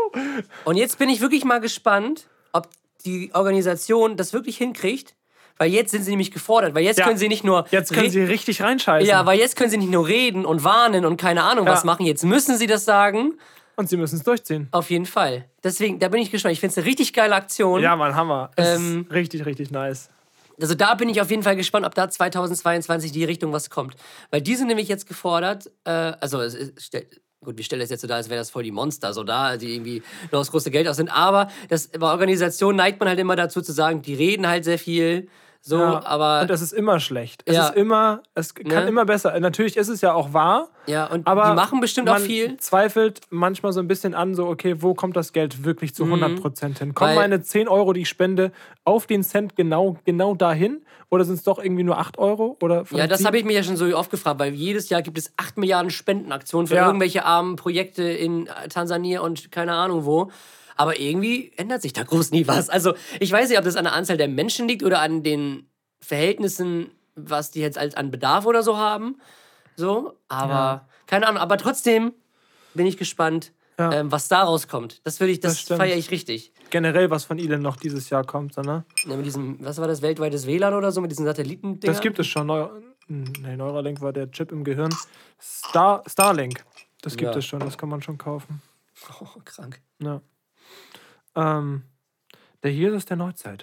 Und jetzt bin ich wirklich mal gespannt, ob die Organisation das wirklich hinkriegt, weil jetzt sind sie nämlich gefordert, weil jetzt Ja. können sie nicht nur Jetzt können re- sie richtig reinscheißen. ja, weil jetzt können sie nicht nur reden und warnen und keine Ahnung Ja. was machen, jetzt müssen sie das sagen. Und sie müssen es durchziehen. Auf jeden Fall. Deswegen, da bin ich gespannt. Ich finde es eine richtig geile Aktion. Ja, Mann, Hammer. Es Ähm, ist richtig, richtig nice. Also da bin ich auf jeden Fall gespannt, ob da zweitausendzweiundzwanzig die Richtung was kommt. Weil die sind nämlich jetzt gefordert, äh, also es ist, stell, gut, wir stellen das jetzt so dar, als wäre das voll die Monster, so da, die irgendwie nur das große Geld aus sind. Aber das, bei Organisationen neigt man halt immer dazu zu sagen, die reden halt sehr viel. So, Ja. aber. Und es ist immer schlecht. Es Ja. ist immer, es kann Ne? immer besser. Natürlich ist es ja auch wahr. Ja, und Aber die machen bestimmt man auch viel. zweifelt manchmal so ein bisschen an, so, okay, wo kommt das Geld wirklich zu hundert Prozent hin? Kommen Mhm. Weil- meine zehn Euro, die ich spende, auf den Cent genau, genau dahin? Oder sind es doch irgendwie nur acht Euro? Oder Ja, das habe ich mich ja schon so oft gefragt, weil jedes Jahr gibt es acht Milliarden Spendenaktionen für Ja. irgendwelche armen Projekte in Tansania und keine Ahnung wo. Aber irgendwie ändert sich da groß nie was. Also ich weiß nicht, ob das an der Anzahl der Menschen liegt oder an den Verhältnissen, was die jetzt als an Bedarf oder so haben. So, aber Ja. keine Ahnung. Aber trotzdem bin ich gespannt, Ja. ähm, was da rauskommt. Das würde ich, das, Das stimmt. feiere ich richtig. Generell, was von Elon noch dieses Jahr kommt, so, ne? Ja, mit diesem, was war das, weltweites W L A N oder so, mit diesen Satelliten. Das gibt es schon. Neu nee, Neuralink war der Chip im Gehirn. Star Starlink. Das gibt Ja. es schon, das kann man schon kaufen. Oh, krank. Ja. Ähm, der hier ist der Neuzeit.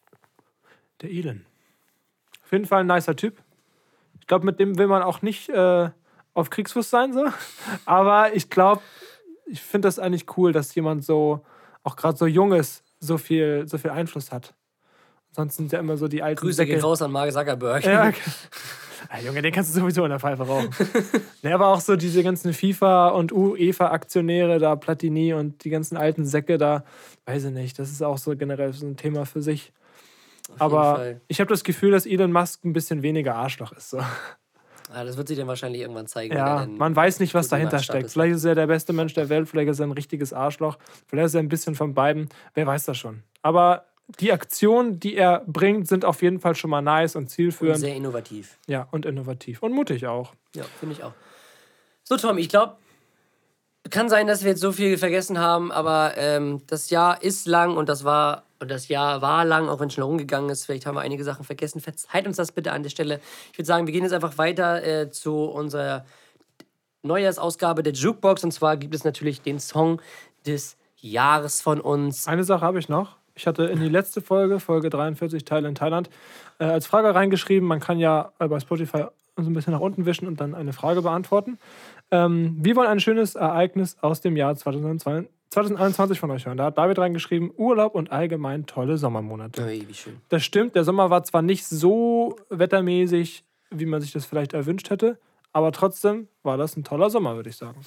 Der Elon. Auf jeden Fall ein nicer Typ. Ich glaube, mit dem will man auch nicht äh, auf Kriegsfuß sein, so. Aber ich glaube, ich finde das eigentlich cool, dass jemand so, auch gerade so Junges, so viel, so viel Einfluss hat. Sonst sind ja immer so die alten Grüße gehen raus an Mark Zuckerberg. Ja, okay. Ah, Junge, den kannst du sowieso in der Pfeife rauchen. Ne, aber auch so diese ganzen FIFA- und UEFA-Aktionäre, da Platini und die ganzen alten Säcke, da, weiß ich nicht, das ist auch so generell so ein Thema für sich. jeden Aber Fall. ich habe das Gefühl, dass Elon Musk ein bisschen weniger Arschloch ist. So. Ah, das wird sich dann wahrscheinlich irgendwann zeigen. wenn Ja, er dann man weiß nicht, was gut im dahinter Maßstab steckt. ist. Vielleicht ist er der beste Mensch der Welt, vielleicht ist er ein richtiges Arschloch, vielleicht ist er ein bisschen von beiden. Wer weiß das schon. Aber die Aktionen, die er bringt, sind auf jeden Fall schon mal nice und Und zielführend. sehr innovativ. Ja, und innovativ. Und mutig auch. Ja, finde ich auch. So, Tom, ich glaube, kann sein, dass wir jetzt so viel vergessen haben, aber ähm, das Jahr ist lang und das war und das Jahr war lang, auch wenn es schnell rumgegangen ist. Vielleicht haben wir einige Sachen vergessen. Verzeiht uns das bitte an der Stelle. Ich würde sagen, wir gehen jetzt einfach weiter äh, zu unserer Neujahrsausgabe der Jukebox. Und zwar gibt es natürlich den Song des Jahres von uns. Eine Sache habe ich noch. Ich hatte in die letzte Folge, Folge dreiundvierzig, Teile in Thailand, äh, als Frage reingeschrieben, man kann ja äh, bei Spotify so ein bisschen nach unten wischen und dann eine Frage beantworten. Ähm, wir wollen ein schönes Ereignis aus dem Jahr zweitausendeinundzwanzig von euch hören. Da hat David reingeschrieben, Urlaub und allgemein tolle Sommermonate. Ui, wie schön. Das stimmt, der Sommer war zwar nicht so wettermäßig, wie man sich das vielleicht erwünscht hätte, aber trotzdem war das ein toller Sommer, würde ich sagen.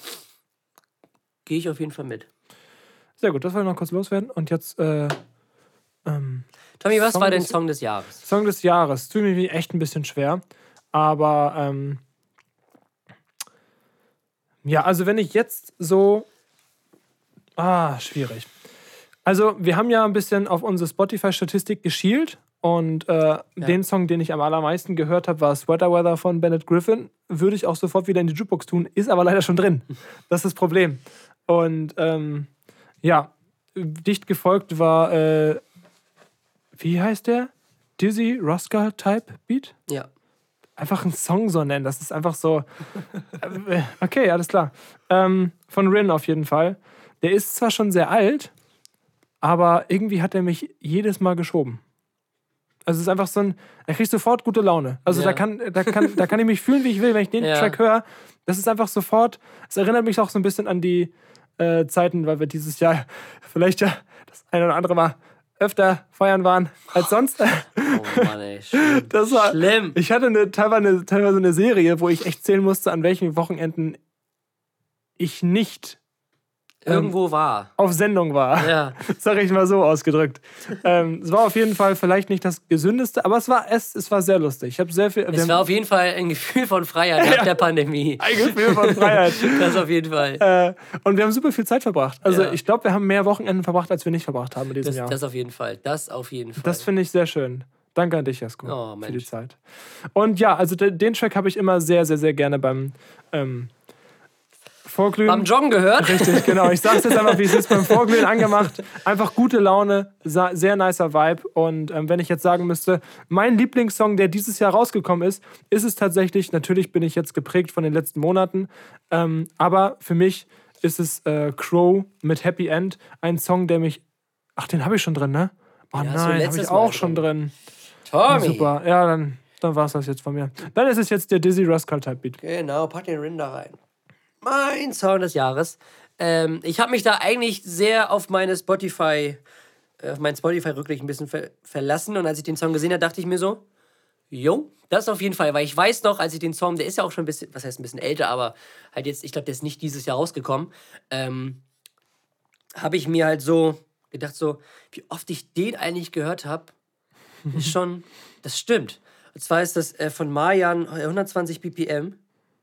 Gehe ich auf jeden Fall mit. Sehr gut, das wollte ich noch kurz loswerden. Und jetzt, äh, ähm, Tommy, was Song war dein des- Song des Jahres? Song des Jahres. Tut mir echt ein bisschen schwer. Aber, ähm, ja, also wenn ich jetzt so. Ah, schwierig. Also, wir haben ja ein bisschen auf unsere Spotify-Statistik geschielt. Und äh, ja. den Song, den ich am allermeisten gehört habe, war Sweater Weather von Bennett Griffin. Würde ich auch sofort wieder in die Jukebox tun, ist aber leider schon drin. Das ist das Problem. Und ähm, ja, dicht gefolgt war, äh, wie heißt der? Dizzy Rascal Type Beat? Ja. Einfach einen Song so nennen, das ist einfach so. äh, okay, alles klar. Ähm, von Rin auf jeden Fall. Der ist zwar schon sehr alt, aber irgendwie hat er mich jedes Mal geschoben. Also es ist einfach so ein, er kriegt sofort gute Laune. Also Ja. da, kann, da, kann, da kann ich mich fühlen, wie ich will, wenn ich den Ja. Track höre. Das ist einfach sofort, es erinnert mich auch so ein bisschen an die äh, Zeiten, weil wir dieses Jahr vielleicht ja das eine oder andere Mal öfter feiern waren als sonst. Oh Mann, ey. Schlimm. Das war, Schlimm. Ich hatte eine, teilweise, teilweise eine Serie, wo ich echt zählen musste, an welchen Wochenenden ich nicht Irgendwo war. auf Sendung war. Ja. Sag ich mal so ausgedrückt. ähm, es war auf jeden Fall vielleicht nicht das Gesündeste, aber es war, es, es war sehr lustig. Ich habe sehr viel. Es war auf jeden Fall ein Gefühl von Freiheit nach Ja. der Pandemie. ein Gefühl von Freiheit. Das auf jeden Fall. äh, und wir haben super viel Zeit verbracht. Also Ja. ich glaube, wir haben mehr Wochenenden verbracht, als wir nicht verbracht haben in diesem Das, Jahr. das auf jeden Fall. Das auf jeden Fall. Das finde ich sehr schön. Danke an dich, Jasko, Oh, für Mensch. die Zeit. Und ja, also de- den Track habe ich immer sehr, sehr, sehr gerne beim ähm, Vorglühen. Beim Joggen gehört. Richtig, genau. Ich sag's jetzt einfach, wie es ist, beim Vorglühen angemacht. Einfach gute Laune, sa- sehr nicer Vibe. Und ähm, wenn ich jetzt sagen müsste, mein Lieblingssong, der dieses Jahr rausgekommen ist, ist es tatsächlich, natürlich bin ich jetzt geprägt von den letzten Monaten, ähm, aber für mich ist es äh, Crow mit Happy End, ein Song, der mich, ach, den habe ich schon drin, ne? Oh Ja, hast du nein, habe letztes ich auch Mal schon drin. Tommy. Super, ja, dann, dann war es das jetzt von mir. Dann ist es jetzt der Dizzy Rascal Type Beat. Genau, pack den Rin da rein. Mein Song des Jahres. Ähm, ich habe mich da eigentlich sehr auf meine Spotify, äh, auf meinen Spotify-Rückblick ein bisschen ver verlassen. Und als ich den Song gesehen habe, dachte ich mir so, jo, das auf jeden Fall. Weil ich weiß noch, als ich den Song, der ist ja auch schon ein bisschen, was heißt ein bisschen älter, aber halt jetzt, ich glaube, der ist nicht dieses Jahr rausgekommen, ähm, habe ich mir halt so gedacht, so, wie oft ich den eigentlich gehört habe, ist schon, das stimmt. Und zwar ist das äh, von Marjan hundertzwanzig B P M.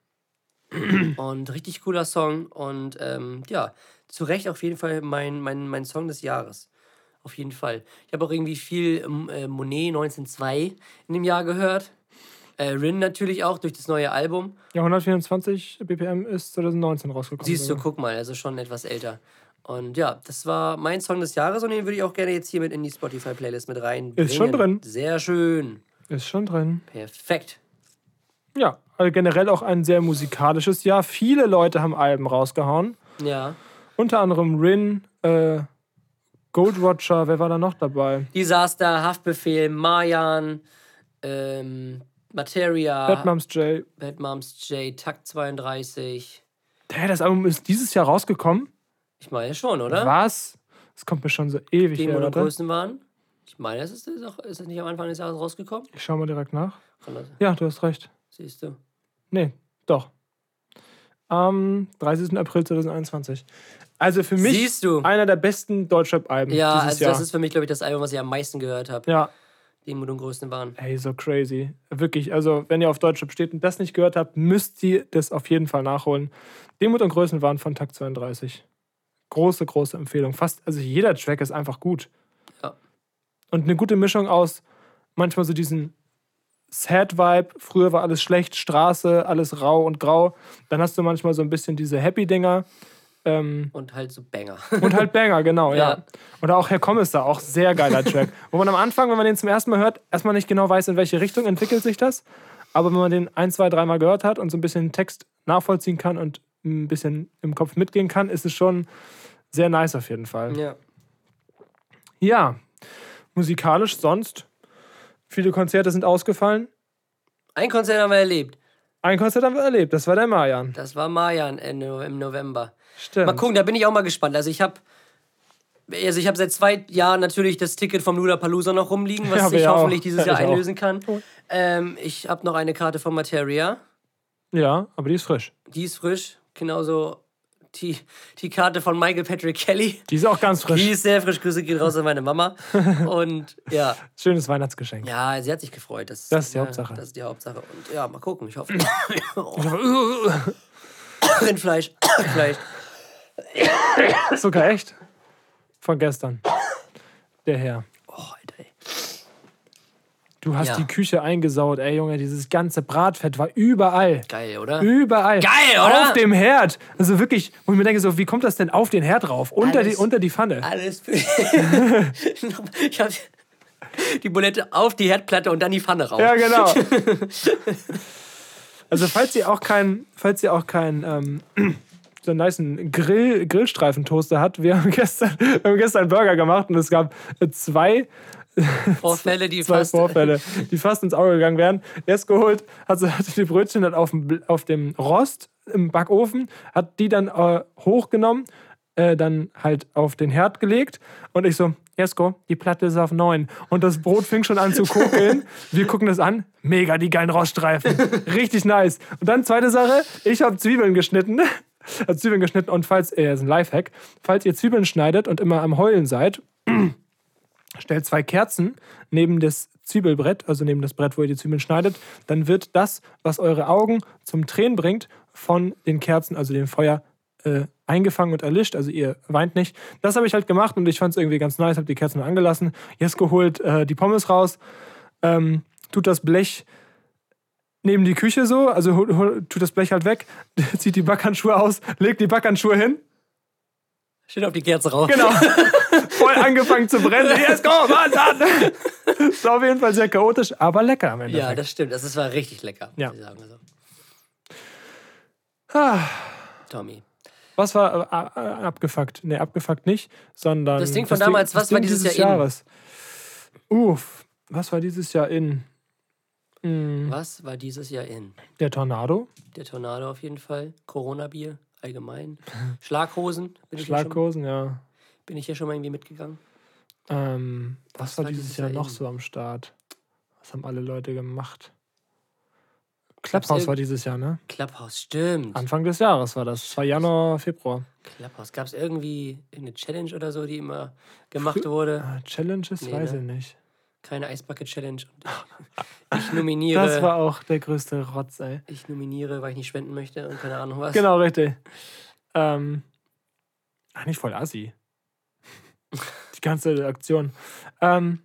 Und richtig cooler Song. Und ähm, ja, zu Recht auf jeden Fall mein, mein, mein Song des Jahres. Auf jeden Fall. Ich habe auch irgendwie viel ähm, äh, Monet neunzehnhundertzwei in dem Jahr gehört. Äh, Rin natürlich auch durch das neue Album. Ja, hundertvierundzwanzig B P M ist zwanzig neunzehn rausgekommen. Siehst du, sogar. guck mal, also schon etwas älter. Und ja, das war mein Song des Jahres und den würde ich auch gerne jetzt hier mit in die Spotify-Playlist mit rein. Ist schon drin. Sehr schön. Ist schon drin. Perfekt. Ja, also generell auch ein sehr musikalisches Jahr. Viele Leute haben Alben rausgehauen. Ja. Unter anderem Rin, äh, Gold Roger, wer war da noch dabei? Disaster, Haftbefehl, Marjan, ähm, Materia, Bad Moms J. Bad Moms J, Takt zweiunddreißig. Hä, das Album ist dieses Jahr rausgekommen? Ich meine schon, oder? Was? Das kommt mir schon so ewig Die her, Mono warte. Größen waren. Ich meine, das ist, das auch, ist das nicht am Anfang des Jahres rausgekommen? Ich schau mal direkt nach. Kann das, Ja, du hast recht. siehst du. Nee, doch. Am dreißigsten April zweitausendeinundzwanzig. Also für mich Siehst du. einer der besten Deutschrap-Alben Ja, dieses also Jahr. das ist für mich, glaube ich, das Album, was ich am meisten gehört habe. ja, Die Mono Größen waren. ey, so crazy. Wirklich, also wenn ihr auf Deutschrap steht und das nicht gehört habt, müsst ihr das auf jeden Fall nachholen. Demut und Größen waren von Takt zweiunddreißig. Große, große Empfehlung. Fast, also jeder Track ist einfach gut. Ja. Und eine gute Mischung aus manchmal so diesen Sad-Vibe, früher war alles schlecht, Straße, alles rau und grau. Dann hast du manchmal so ein bisschen diese Happy-Dinger. Ähm, Und halt so Banger. und halt Banger, genau, ja. Ja. Oder auch Herr Kommissar, auch sehr geiler Track. Wo man am Anfang, wenn man den zum ersten Mal hört, erstmal nicht genau weiß, in welche Richtung entwickelt sich das. Aber wenn man den ein, zwei, dreimal gehört hat und so ein bisschen Text nachvollziehen kann und ein bisschen im Kopf mitgehen kann, ist es schon sehr nice auf jeden Fall. Ja. Ja, musikalisch sonst. Viele Konzerte sind ausgefallen. Ein Konzert haben wir erlebt. Ein Konzert haben wir erlebt, das war der Marjan. Das war Marjan Ende, im November. Stimmt. Mal gucken, da bin ich auch mal gespannt. Also ich habe also ich habe seit zwei Jahren natürlich das Ticket vom Lollapalooza noch rumliegen, was Ja, ich wir hoffentlich auch. dieses Ja, Jahr ich auch. einlösen kann. Ähm, ich habe noch eine Karte von Materia. Ja, aber die ist frisch. Die ist frisch. Genauso die, die Karte von Michael Patrick Kelly. Die ist auch ganz frisch. Die ist sehr frisch. Grüße gehen raus an meine Mama. Und ja. Schönes Weihnachtsgeschenk. Ja, sie hat sich gefreut. Das, das ist die ja, Hauptsache. Das ist die Hauptsache. Und ja, mal gucken. Ich hoffe. Rindfleisch. Fleisch. Sogar echt? Von gestern. Der Herr. Oh, Alter, ey. Du hast Ja. die Küche eingesaut, ey Junge, dieses ganze Bratfett war überall. Geil, oder? Überall. Geil, oder? Auf dem Herd. Also wirklich, wo ich mir denke, so, wie kommt das denn auf den Herd drauf? Unter, die, Alles- unter die Pfanne. Alles für. Ich hab die Bulette auf die Herdplatte und dann die Pfanne raus. Ja, genau. Also falls ihr auch kein, falls ihr auch kein ähm, so einen nicen Grill, Grillstreifentoaster habt, wir haben gestern, wir haben gestern einen Burger gemacht und es gab zwei Vorfälle, die Zwei fast. Vorfälle, die fast ins Auge gegangen wären. Erst geholt, hat sie hat die Brötchen dann auf dem, auf dem Rost im Backofen, hat die dann äh, hochgenommen, äh, dann halt auf den Herd gelegt und ich so, Jesko, die Platte ist auf neun. Und das Brot fing schon an zu kokeln. Wir gucken das an, mega die geilen Roststreifen. Richtig nice. Und dann zweite Sache, ich habe Zwiebeln geschnitten. Also Zwiebeln geschnitten und falls, äh, das ist ein Lifehack, falls ihr Zwiebeln schneidet und immer am Heulen seid, stellt zwei Kerzen neben das Zwiebelbrett, also neben das Brett, wo ihr die Zwiebeln schneidet, dann wird das, was eure Augen zum Tränen bringt, von den Kerzen, also dem Feuer, äh, eingefangen und erlischt. Also ihr weint nicht. Das habe ich halt gemacht und ich fand es irgendwie ganz nice, habe die Kerzen angelassen. Jetzt geholt äh, die Pommes raus, ähm, tut das Blech neben die Küche so, also hol, hol, tut das Blech halt weg, zieht die Backhandschuhe aus, legt die Backhandschuhe hin. Steht auf die Kerze raus. Genau. Voll angefangen zu brennen. Jetzt komm, Mann, dann. Das war auf jeden Fall sehr chaotisch, aber lecker am Ende. Ja, das stimmt. Das, das war richtig lecker, Ja. muss ich sagen. Also, Ah, Tommy. was war äh, äh, abgefuckt? Ne, abgefuckt nicht, sondern. Das Ding von das damals, das was war Ding dieses Jahr in? Jahres? Uff, was war dieses Jahr in? Hm, Was war dieses Jahr in? der Tornado, Der Tornado auf jeden Fall. Corona-Bier allgemein. Schlaghosen. Bin ich, hier schon, Schlaghosen, ja. bin ich hier schon mal irgendwie mitgegangen. Ähm, was, Was war war dieses dieses Jahr Jahr noch in? so am Start? Was haben alle Leute gemacht? Gab's Clubhouse irg- war dieses Jahr, ne? Clubhouse, stimmt. Anfang des Jahres war das. Das war Januar, Februar. Clubhouse. Gab es irgendwie eine Challenge oder so, die immer gemacht wurde? Ah, Challenges, Nee, weiß ne? ich nicht. Keine Eisbucket-Challenge. Und Ich, ich nominiere. Das war auch der größte Rotz, ey. Ich nominiere, weil ich nicht spenden möchte und keine Ahnung was. Genau, richtig. Ähm, eigentlich voll assi. Die ganze Aktion. Ähm,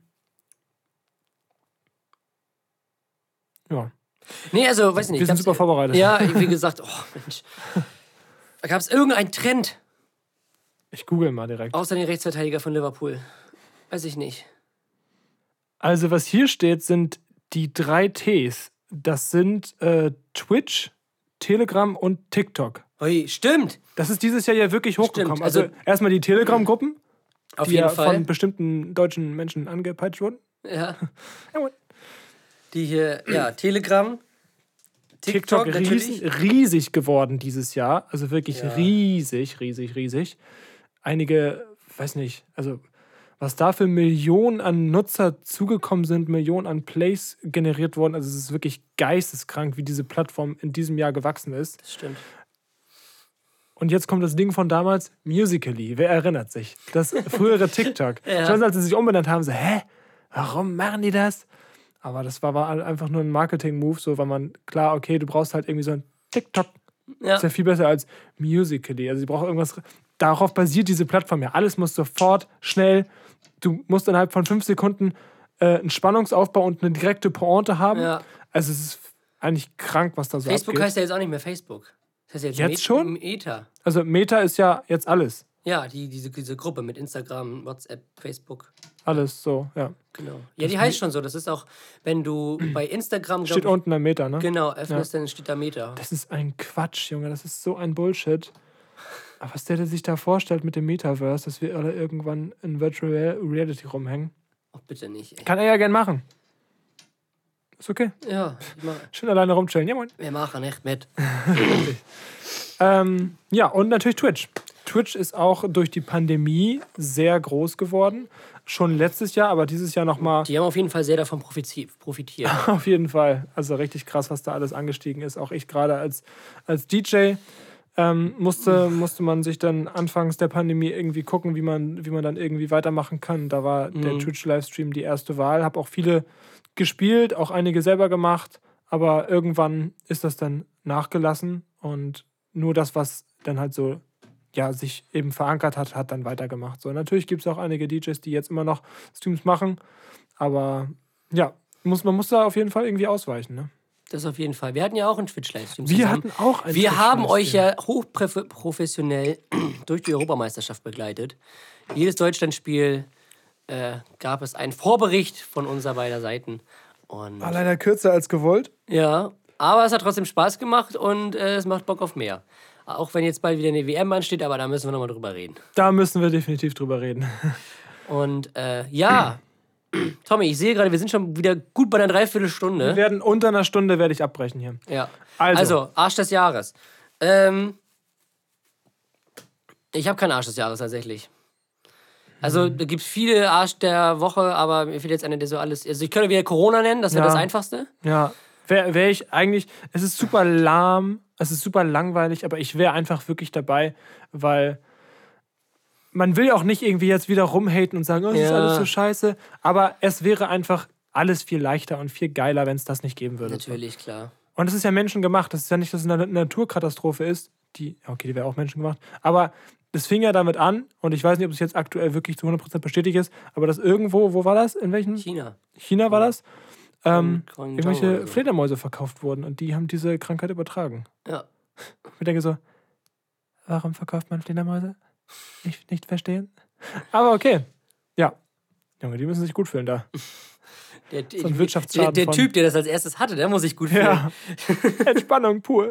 ja, Nee, also, weiß ich nicht. wir sind gab's- super vorbereitet. Ja, wie gesagt, oh Mensch. Da gab es irgendeinen Trend, Ich google mal direkt. außer den Rechtsverteidiger von Liverpool. Weiß ich nicht. Also, was hier steht, sind die drei Ts. Das sind äh, Twitch, Telegram und TikTok. Ui, stimmt. Das ist dieses Jahr ja wirklich hochgekommen. Stimmt, Also, also- erstmal die Telegram-Gruppen, Auf die jeden ja Fall. von bestimmten deutschen Menschen angepeitscht wurden. Ja. Jawohl. Die hier, ja, Telegram, TikTok, TikTok natürlich. riesig, riesig geworden dieses Jahr. Also wirklich Ja. riesig, riesig, riesig. Einige, weiß nicht, also was da für Millionen an Nutzer zugekommen sind, Millionen an Plays generiert worden. Also es ist wirklich geisteskrank, wie diese Plattform in diesem Jahr gewachsen ist. Das stimmt. Und jetzt kommt das Ding von damals, Musical.ly. Wer erinnert sich? Das frühere TikTok. Ja. Schon als sie sich umbenannt haben, so, hä? Warum machen die das? Aber das war, war einfach nur ein Marketing-Move, so, weil man, klar, okay, du brauchst halt irgendwie so ein TikTok. Ja. Ist ja viel besser als Musical.ly. Also, sie brauchen irgendwas. Darauf basiert diese Plattform ja. Alles muss sofort, schnell. Du musst innerhalb von fünf Sekunden äh, einen Spannungsaufbau und eine direkte Pointe haben. Ja. Also, es ist eigentlich krank, was da so Facebook abgeht. heißt ja jetzt auch nicht mehr Facebook. Das heißt jetzt, Jetzt Met- schon? Meta. Also, Meta ist ja jetzt alles. Ja, die, diese, diese Gruppe mit Instagram, WhatsApp, Facebook. Alles so, ja. Genau. Ja, die heißt schon so. Das ist auch, wenn du bei Instagram glaub Steht ich, unten ein Meter, ne? genau öffnest, dann steht da Meta. Das ist ein Quatsch, Junge. Das ist so ein Bullshit. Aber was der, der sich da vorstellt mit dem Metaverse, dass wir alle irgendwann in Virtual Reality rumhängen, Oh, bitte nicht. Ey. kann er ja gern machen. Ist okay. Ja, ich mach, Schön alleine rumchillen. Ja, moin. wir machen echt mit. Ähm, ja, und natürlich Twitch. Twitch ist auch durch die Pandemie sehr groß geworden. Schon letztes Jahr, aber dieses Jahr nochmal Die haben auf jeden Fall sehr davon profiti- profitiert. auf jeden Fall. Also richtig krass, was da alles angestiegen ist. Auch ich gerade als, als D J ähm, musste, musste man sich dann anfangs der Pandemie irgendwie gucken, wie man, wie man dann irgendwie weitermachen kann. Da war mhm. der Twitch-Livestream die erste Wahl. Habe auch viele gespielt, auch einige selber gemacht, aber irgendwann ist das dann nachgelassen und nur das, was dann halt so ja, sich eben verankert hat, hat dann weitergemacht. So, natürlich gibt es auch einige D Js, die jetzt immer noch Streams machen, aber ja, muss, man muss da auf jeden Fall irgendwie ausweichen, ne? Das auf jeden Fall. Wir hatten ja auch einen Twitch-Livestream zusammen. Wir hatten auch einen Wir haben euch ja hochprofessionell durch die Europameisterschaft begleitet. Jedes Deutschlandspiel äh, gab es einen Vorbericht von unserer beider Seiten. Und war leider kürzer als gewollt. Ja, aber es hat trotzdem Spaß gemacht und äh, es macht Bock auf mehr. Auch wenn jetzt bald wieder eine W M ansteht, aber da müssen wir nochmal drüber reden. Da müssen wir definitiv drüber reden. Und äh, ja, Tommy, ich sehe gerade, wir sind schon wieder gut bei einer Dreiviertelstunde. Wir werden unter einer Stunde werde ich abbrechen hier. Ja. Also, also Arsch des Jahres. Ähm, ich habe keinen Arsch des Jahres tatsächlich. Also, da gibt es viele Arsch der Woche, aber mir fehlt jetzt einer, der so alles. Also, ich könnte wieder Corona nennen, das wäre ja. das Einfachste. Ja. Wäre wär ich eigentlich. Es ist super lahm, es ist super langweilig, aber ich wäre einfach wirklich dabei, weil. Man will ja auch nicht irgendwie jetzt wieder rumhaten und sagen, oh, das ja. ist alles so scheiße. Aber es wäre einfach alles viel leichter und viel geiler, wenn es das nicht geben würde. Natürlich, klar. Und es ist ja menschengemacht. Das ist ja nicht, dass es eine Naturkatastrophe ist. Die, okay, die wäre auch menschengemacht. Aber das fing ja damit an, und ich weiß nicht, ob es jetzt aktuell wirklich zu hundert Prozent bestätigt ist, aber dass irgendwo, wo war das? In welchem? China. China war das? Ähm, irgendwelche so. Fledermäuse verkauft wurden und die haben diese Krankheit übertragen. Ja. Ich denke so, warum verkauft man Fledermäuse? Nicht, nicht verstehen. Aber okay. Ja. Junge, die müssen sich gut fühlen da. Der, so ein Wirtschaftsschaden der, der Typ, der das als erstes hatte, der muss sich gut fühlen. Ja. Entspannung pur.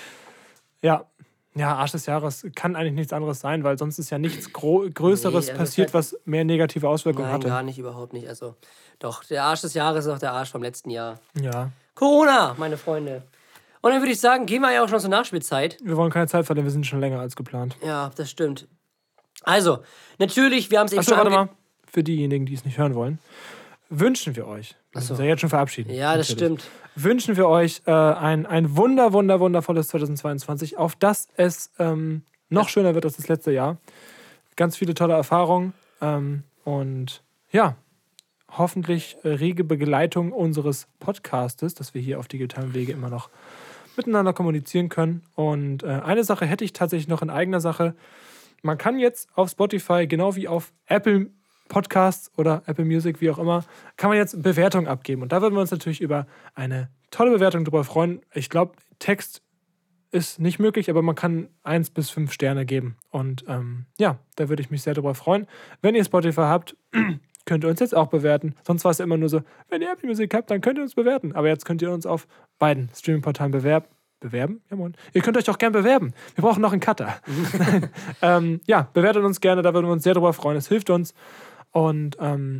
Ja. Ja, Arsch des Jahres kann eigentlich nichts anderes sein, weil sonst ist ja nichts Gro- Größeres nee, passiert, halt was mehr negative Auswirkungen nein, hatte. Nein, gar nicht, überhaupt nicht. Also, doch, der Arsch des Jahres ist auch der Arsch vom letzten Jahr. Ja. Corona, meine Freunde. Und dann würde ich sagen, gehen wir ja auch schon zur Nachspielzeit. Wir wollen keine Zeit verlieren, wir sind schon länger als geplant. Ja, das stimmt. Also, natürlich, wir haben es eben Achso, schon... warte mal, für diejenigen, die es nicht hören wollen, wünschen wir euch, wir müssen uns ja jetzt schon verabschieden. Ja, das natürlich. Stimmt. Wünschen wir euch äh, ein, ein wunder, wunder, wundervolles zweitausendzweiundzwanzig, auf das es ähm, noch ja. schöner wird als das letzte Jahr. Ganz viele tolle Erfahrungen ähm, und ja, hoffentlich äh, rege Begleitung unseres Podcastes, dass wir hier auf digitalem Wege immer noch miteinander kommunizieren können. Und äh, eine Sache hätte ich tatsächlich noch in eigener Sache. Man kann jetzt auf Spotify, genau wie auf Apple Podcasts oder Apple Music, wie auch immer, kann man jetzt Bewertungen abgeben. Und da würden wir uns natürlich über eine tolle Bewertung drüber freuen. Ich glaube, Text ist nicht möglich, aber man kann eins bis fünf Sterne geben. Und ähm, ja, da würde ich mich sehr drüber freuen. Wenn ihr Spotify habt, könnt ihr uns jetzt auch bewerten. Sonst war es ja immer nur so, wenn ihr Apple Music habt, dann könnt ihr uns bewerten. Aber jetzt könnt ihr uns auf beiden Streaming-Portalen bewerben. Bewerben? Ja, moin. Ihr könnt euch auch gerne bewerben. Wir brauchen noch einen Cutter. ähm, ja, bewertet uns gerne, da würden wir uns sehr drüber freuen. Es hilft uns. Und ähm,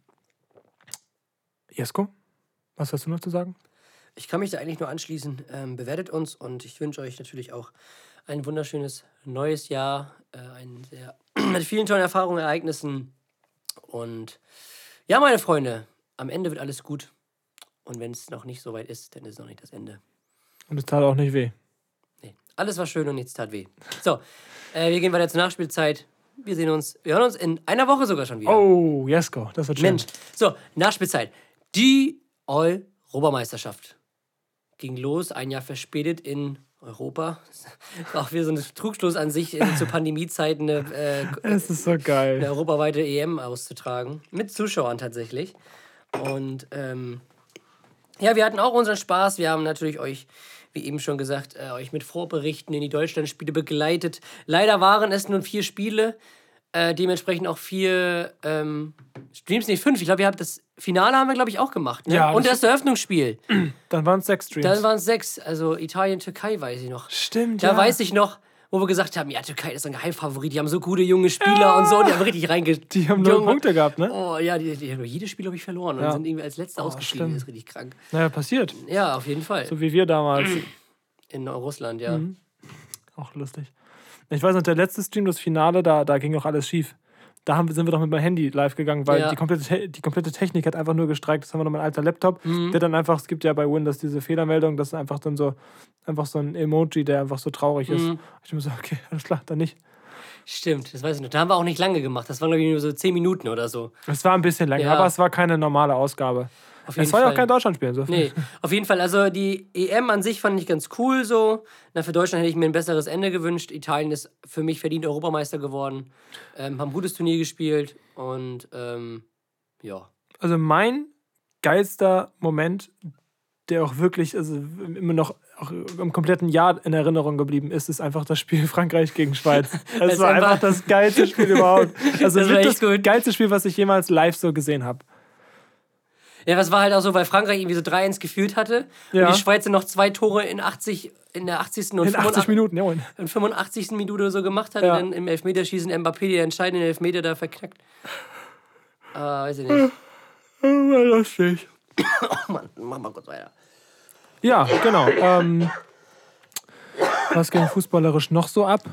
Jesko, was hast du noch zu sagen? Ich kann mich da eigentlich nur anschließen. Ähm, bewertet uns und ich wünsche euch natürlich auch ein wunderschönes neues Jahr. Äh, ein sehr, mit vielen tollen Erfahrungen, Ereignissen. Und ja, meine Freunde, am Ende wird alles gut. Und wenn es noch nicht so weit ist, dann ist es noch nicht das Ende. Und es tat auch nicht weh. Nee, alles war schön und nichts tat weh. So, äh, wir gehen weiter zur Nachspielzeit. Wir sehen uns, wir hören uns in einer Woche sogar schon wieder. Oh, Jesko, das wird schön. Mensch, so, Nachspielzeit. Die Europameisterschaft ging los, ein Jahr verspätet in Europa. Das war auch wieder so ein Trugschluss an sich, zu Pandemiezeiten eine, äh, es ist so geil. eine europaweite E M auszutragen. Mit Zuschauern tatsächlich. Und ähm, ja, wir hatten auch unseren Spaß. Wir haben natürlich euch, wie eben schon gesagt, äh, euch mit Vorberichten in die Deutschlandspiele begleitet. Leider waren es nur vier Spiele, äh, dementsprechend auch vier ähm, Streams, nicht fünf. Ich glaube, wir haben das Finale haben wir, glaube ich, auch gemacht. Ne? Ja, und das Eröffnungsspiel. Dann waren es sechs Streams. Dann waren es sechs. Also Italien, Türkei weiß ich noch. Stimmt, da ja. Da weiß ich noch, wo wir gesagt haben, ja, Türkei ist ein Geheimfavorit, die haben so gute junge Spieler ja. und so, die haben richtig reingegangen. Die haben null Punkte gehabt, ne? Oh ja, die, die haben jedes Spiel, glaube ich, verloren ja. und sind irgendwie als Letzter oh, ausgeschieden. Das ist richtig krank. Naja, passiert. Ja, auf jeden Fall. So wie wir damals. In Russland, ja. Mhm. Auch lustig. Ich weiß noch, der letzte Stream, das Finale, da, da ging auch alles schief. Da haben, sind wir doch mit meinem Handy live gegangen, weil Ja. die, komplette, die komplette Technik hat einfach nur gestreikt. Das haben wir noch mein alter Laptop, Mhm. der dann einfach, es gibt ja bei Windows diese Fehlermeldung, das ist einfach dann so, einfach so ein Emoji, der einfach so traurig ist. Mhm. Ich mir so, okay, alles klar, dann nicht. Stimmt, das weiß ich noch. Da haben wir auch nicht lange gemacht. Das waren, glaube ich, nur so zehn Minuten oder so. Es war ein bisschen länger, Ja. aber es war keine normale Ausgabe. Auf jeden Es war ja Fall. auch kein Deutschlandspiel. Insofern. Nee, auf jeden Fall. Also die E M an sich fand ich ganz cool so. Na, für Deutschland hätte ich mir ein besseres Ende gewünscht. Italien ist für mich verdient Europameister geworden. Ähm, haben ein gutes Turnier gespielt und ähm, ja. Also mein geilster Moment, der auch wirklich also immer noch auch im kompletten Jahr in Erinnerung geblieben ist, ist einfach das Spiel Frankreich gegen Schweiz. Das ist war einfach- einfach das geilste Spiel überhaupt. Also Das war mit echt das gut. geilste Spiel, was ich jemals live so gesehen habe. Ja, das war halt auch so, weil Frankreich irgendwie so drei eins geführt hatte Ja. und die Schweiz dann noch zwei Tore in achtzig, in der achtzigsten und In achtzig Minuten, jawohl. in fünfundachtzigsten Minute oder so gemacht hat Ja. und dann im Elfmeterschießen Mbappé den entscheidenden Elfmeter da verknackt. Ah, weiß ich nicht. Oh, lustig. Oh Mann, mach mal kurz weiter. Ja, genau. Ähm, was ging fußballerisch noch so ab?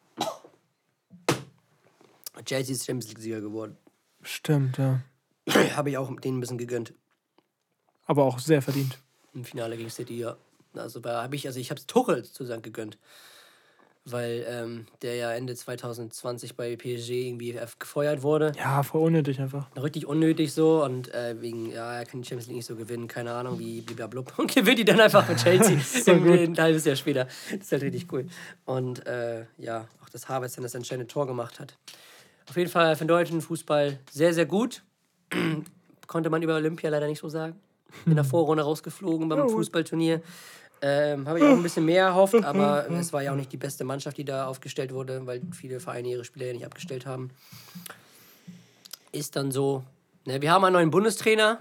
Chelsea ist Champions League-Sieger geworden. Stimmt, ja. Habe ich auch denen ein bisschen gegönnt. Aber auch sehr verdient. Im Finale gegen City, ja. Also da habe ich, also ich habe es Tuchel sozusagen gegönnt. Weil ähm, der ja Ende zwanzig zwanzig bei P S G irgendwie gefeuert wurde. Ja, voll unnötig einfach. Richtig unnötig so und äh, wegen, ja, er kann die Champions League nicht so gewinnen, keine Ahnung, wie blablabla. Und gewinnt die dann einfach mit Chelsea So im, gut. ein halbes Jahr später. Das ist halt richtig cool. Und äh, ja, auch dass Havertz dann das entscheidende Tor gemacht hat. Auf jeden Fall für den deutschen Fußball sehr, sehr gut. Konnte man über Olympia leider nicht so sagen. In der Vorrunde rausgeflogen beim Fußballturnier. Ähm, Habe ich auch ein bisschen mehr erhofft, aber es war ja auch nicht die beste Mannschaft, die da aufgestellt wurde, weil viele Vereine ihre Spieler ja nicht abgestellt haben. Ist dann so. Ne, wir haben einen neuen Bundestrainer.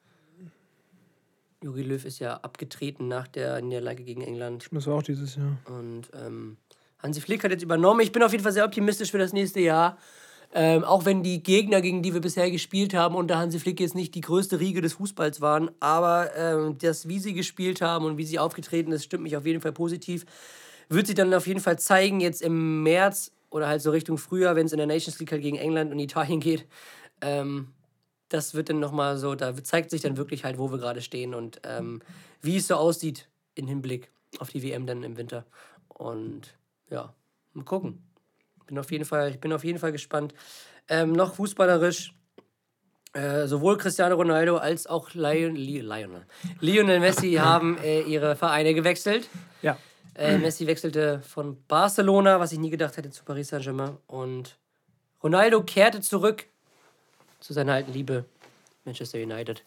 Jogi Löw ist ja abgetreten nach der Niederlage gegen England. Das war auch dieses Jahr. Und ähm, Hansi Flick hat jetzt übernommen. Ich bin auf jeden Fall sehr optimistisch für das nächste Jahr. Ähm, auch wenn die Gegner, gegen die wir bisher gespielt haben, unter Hansi Flick jetzt nicht die größte Riege des Fußballs waren. Aber ähm, das, wie sie gespielt haben und wie sie aufgetreten ist, stimmt mich auf jeden Fall positiv. Wird sich dann auf jeden Fall zeigen, jetzt im März oder halt so Richtung Frühjahr, wenn es in der Nations League halt gegen England und Italien geht. Ähm, das wird dann nochmal so, da zeigt sich dann wirklich halt, wo wir gerade stehen und ähm, wie es so aussieht im Hinblick auf die W M dann im Winter. Und ja, mal gucken. Bin auf jeden Fall, ich bin auf jeden Fall gespannt. Ähm, noch fußballerisch, äh, sowohl Cristiano Ronaldo als auch Lion, Li- Lionel, Lionel Messi haben äh, ihre Vereine gewechselt. Ja. Äh, Messi wechselte von Barcelona, was ich nie gedacht hätte, zu Paris Saint-Germain. Und Ronaldo kehrte zurück zu seiner alten Liebe, Manchester United.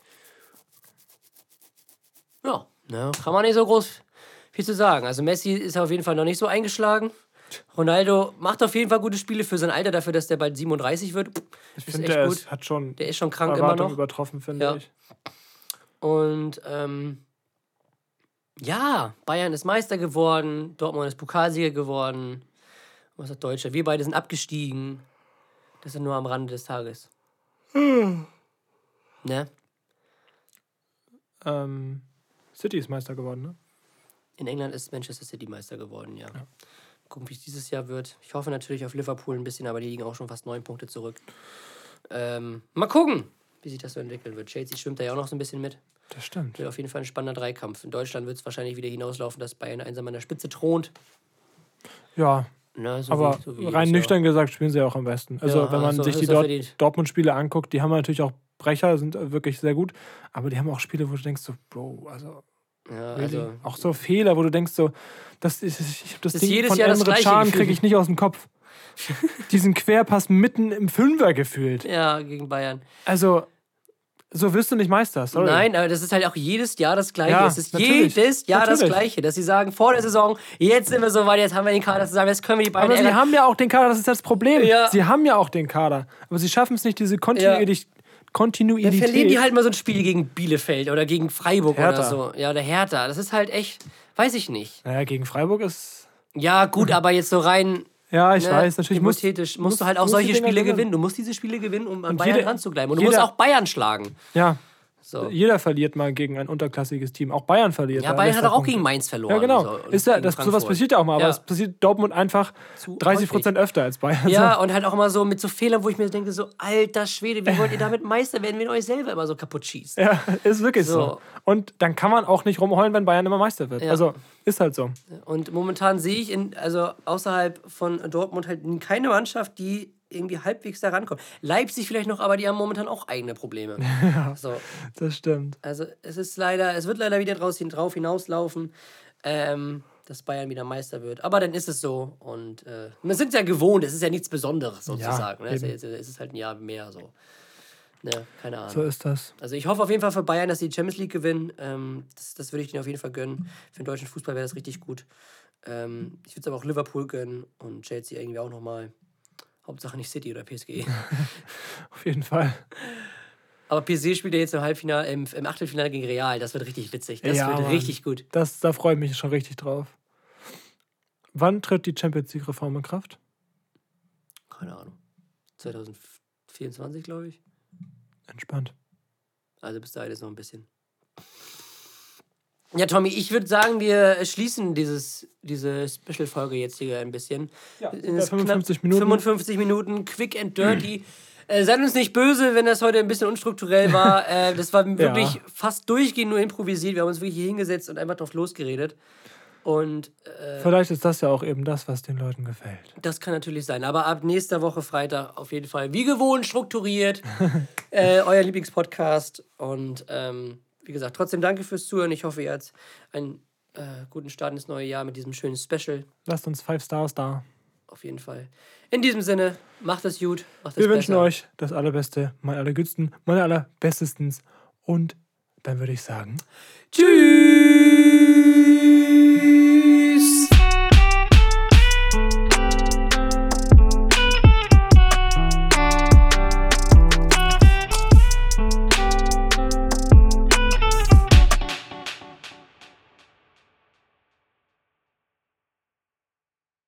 Ja, ne, kann man nicht so groß viel zu sagen. Also Messi ist auf jeden Fall noch nicht so eingeschlagen. Ronaldo macht auf jeden Fall gute Spiele für sein Alter, dafür, dass der bald siebenunddreißig wird. Ich Ist finde, echt der gut. ist, hat schon Der ist schon krank immer Erwartungen noch. übertroffen, finde Ja. ich. Und ähm, ja, Bayern ist Meister geworden, Dortmund ist Pokalsieger geworden. Was hat Deutscher? Wir beide sind abgestiegen. Das ist nur am Rande des Tages. Ne? Ähm, City ist Meister geworden, ne? In England ist Manchester City Meister geworden, ja. Gucken, wie es dieses Jahr wird. Ich hoffe natürlich auf Liverpool ein bisschen, aber die liegen auch schon fast neun Punkte zurück. Ähm, mal gucken, wie sich das so entwickeln wird. Chelsea schwimmt da ja auch noch so ein bisschen mit. Das stimmt. Wird auf jeden Fall ein spannender Dreikampf. In Deutschland wird es wahrscheinlich wieder hinauslaufen, dass Bayern einsam an der Spitze thront. Ja, Ne, so aber wie, so wie rein jedes Jahr. nüchtern gesagt spielen sie ja auch am besten. Also Ja, wenn man so sich die ist er Dort verdient. Dortmund-Spiele anguckt, die haben natürlich auch Brecher, sind wirklich sehr gut, aber die haben auch Spiele, wo du denkst so, Bro, also, Ja, really? also auch so Fehler, wo du denkst so, das ist, ich hab das, Das ist Ding jedes von Jahr das Emre Gleiche Can gefühlt. kriege ich nicht aus dem Kopf. Diesen Querpass mitten im Fünfer gefühlt. ja, gegen Bayern. Also, so wirst du nicht Meister, sorry. Nein, aber das ist halt auch jedes Jahr das Gleiche. Ja, es ist natürlich. jedes Jahr das Natürlich. Gleiche, dass sie sagen, vor der Saison, jetzt sind wir so weit, jetzt haben wir den Kader zusammen, jetzt können wir die beiden Aber sie ärgern. haben ja auch den Kader, das ist das Problem. Ja. Sie haben ja auch den Kader. Aber sie schaffen es nicht, diese Kontinuität. Dann Kontinuität. verlieren die halt mal so ein Spiel gegen Bielefeld oder gegen Freiburg Hertha. oder so. Ja, oder Hertha. Das ist halt echt, weiß ich nicht. Naja, gegen Freiburg ist. Ja, gut, aber jetzt so rein Ja, ich ne, weiß, natürlich muss, hypothetisch musst du halt auch muss solche die Dinger Spiele gewinnen. gewinnen. Du musst diese Spiele gewinnen, um an Und Bayern jede- dran zu bleiben. Und du jeder- musst auch Bayern schlagen. Ja. So. Jeder verliert mal gegen ein unterklassiges Team. Auch Bayern verliert. Ja, Bayern hat doch auch gegen Mainz verloren. Ja, genau. So, ist ja, das, sowas passiert ja auch mal, aber ja. es passiert Dortmund einfach Zu dreißig Prozent öfter als Bayern. Ja, und halt auch immer so mit so Fehlern, wo ich mir denke, so, alter Schwede, wie wollt ihr damit Meister werden, wenn ihr euch selber immer so kaputt schießt? Ja, ist wirklich so. So. Und dann kann man auch nicht rumheulen, wenn Bayern immer Meister wird. Ja. Also, ist halt so. Und momentan sehe ich, in, also außerhalb von Dortmund halt keine Mannschaft, die irgendwie halbwegs da rankommt. Leipzig vielleicht noch, aber die haben momentan auch eigene Probleme. Ja, so. das stimmt. Also es ist leider, es wird leider wieder draus, drauf hinauslaufen, ähm, dass Bayern wieder Meister wird. Aber dann ist es so. Und äh, wir sind ja gewohnt, es ist ja nichts Besonderes sozusagen. Ja, ne? es, ist, es ist halt ein Jahr mehr so. Ne, keine Ahnung. So ist das. Also ich hoffe auf jeden Fall für Bayern, dass sie die Champions League gewinnen. Ähm, das, das würde ich denen auf jeden Fall gönnen. Für den deutschen Fußball wäre das richtig gut. Ähm, ich würde es aber auch Liverpool gönnen und Chelsea irgendwie auch nochmal. Hauptsache nicht City oder P S G. Auf jeden Fall. Aber P S G spielt ja jetzt im Halbfinale, im, im Achtelfinale gegen Real. Das wird richtig witzig. Das Ja, wird Mann. richtig gut. Das, da freue ich mich schon richtig drauf. Wann tritt die Champions League-Reform in Kraft? Keine Ahnung. zwanzig vierundzwanzig, glaube ich. Entspannt. Also bis dahin ist noch ein bisschen. Ja, Tommy, ich würde sagen, wir schließen dieses, diese Special-Folge jetzt hier ein bisschen. Ja, In fünfundfünfzig Minuten. fünfundfünfzig Minuten, quick and dirty. Äh, seid uns nicht böse, wenn das heute ein bisschen unstrukturell war. äh, das war wirklich Ja. fast durchgehend nur improvisiert. Wir haben uns wirklich hier hingesetzt und einfach drauf losgeredet. Und äh, Vielleicht ist das ja auch eben das, was den Leuten gefällt. das kann natürlich sein. Aber ab nächster Woche Freitag auf jeden Fall wie gewohnt strukturiert. äh, euer Lieblingspodcast. Und ähm, wie gesagt, trotzdem danke fürs Zuhören. Ich hoffe, ihr habt einen äh, guten Start ins neue Jahr mit diesem schönen Special. Lasst uns Five Stars da. Auf jeden Fall. In diesem Sinne, macht es gut. Macht es Wir wünschen besser. euch das Allerbeste, mein Allergütsten, meine Allerbestestens. Und dann würde ich sagen... Tschüss!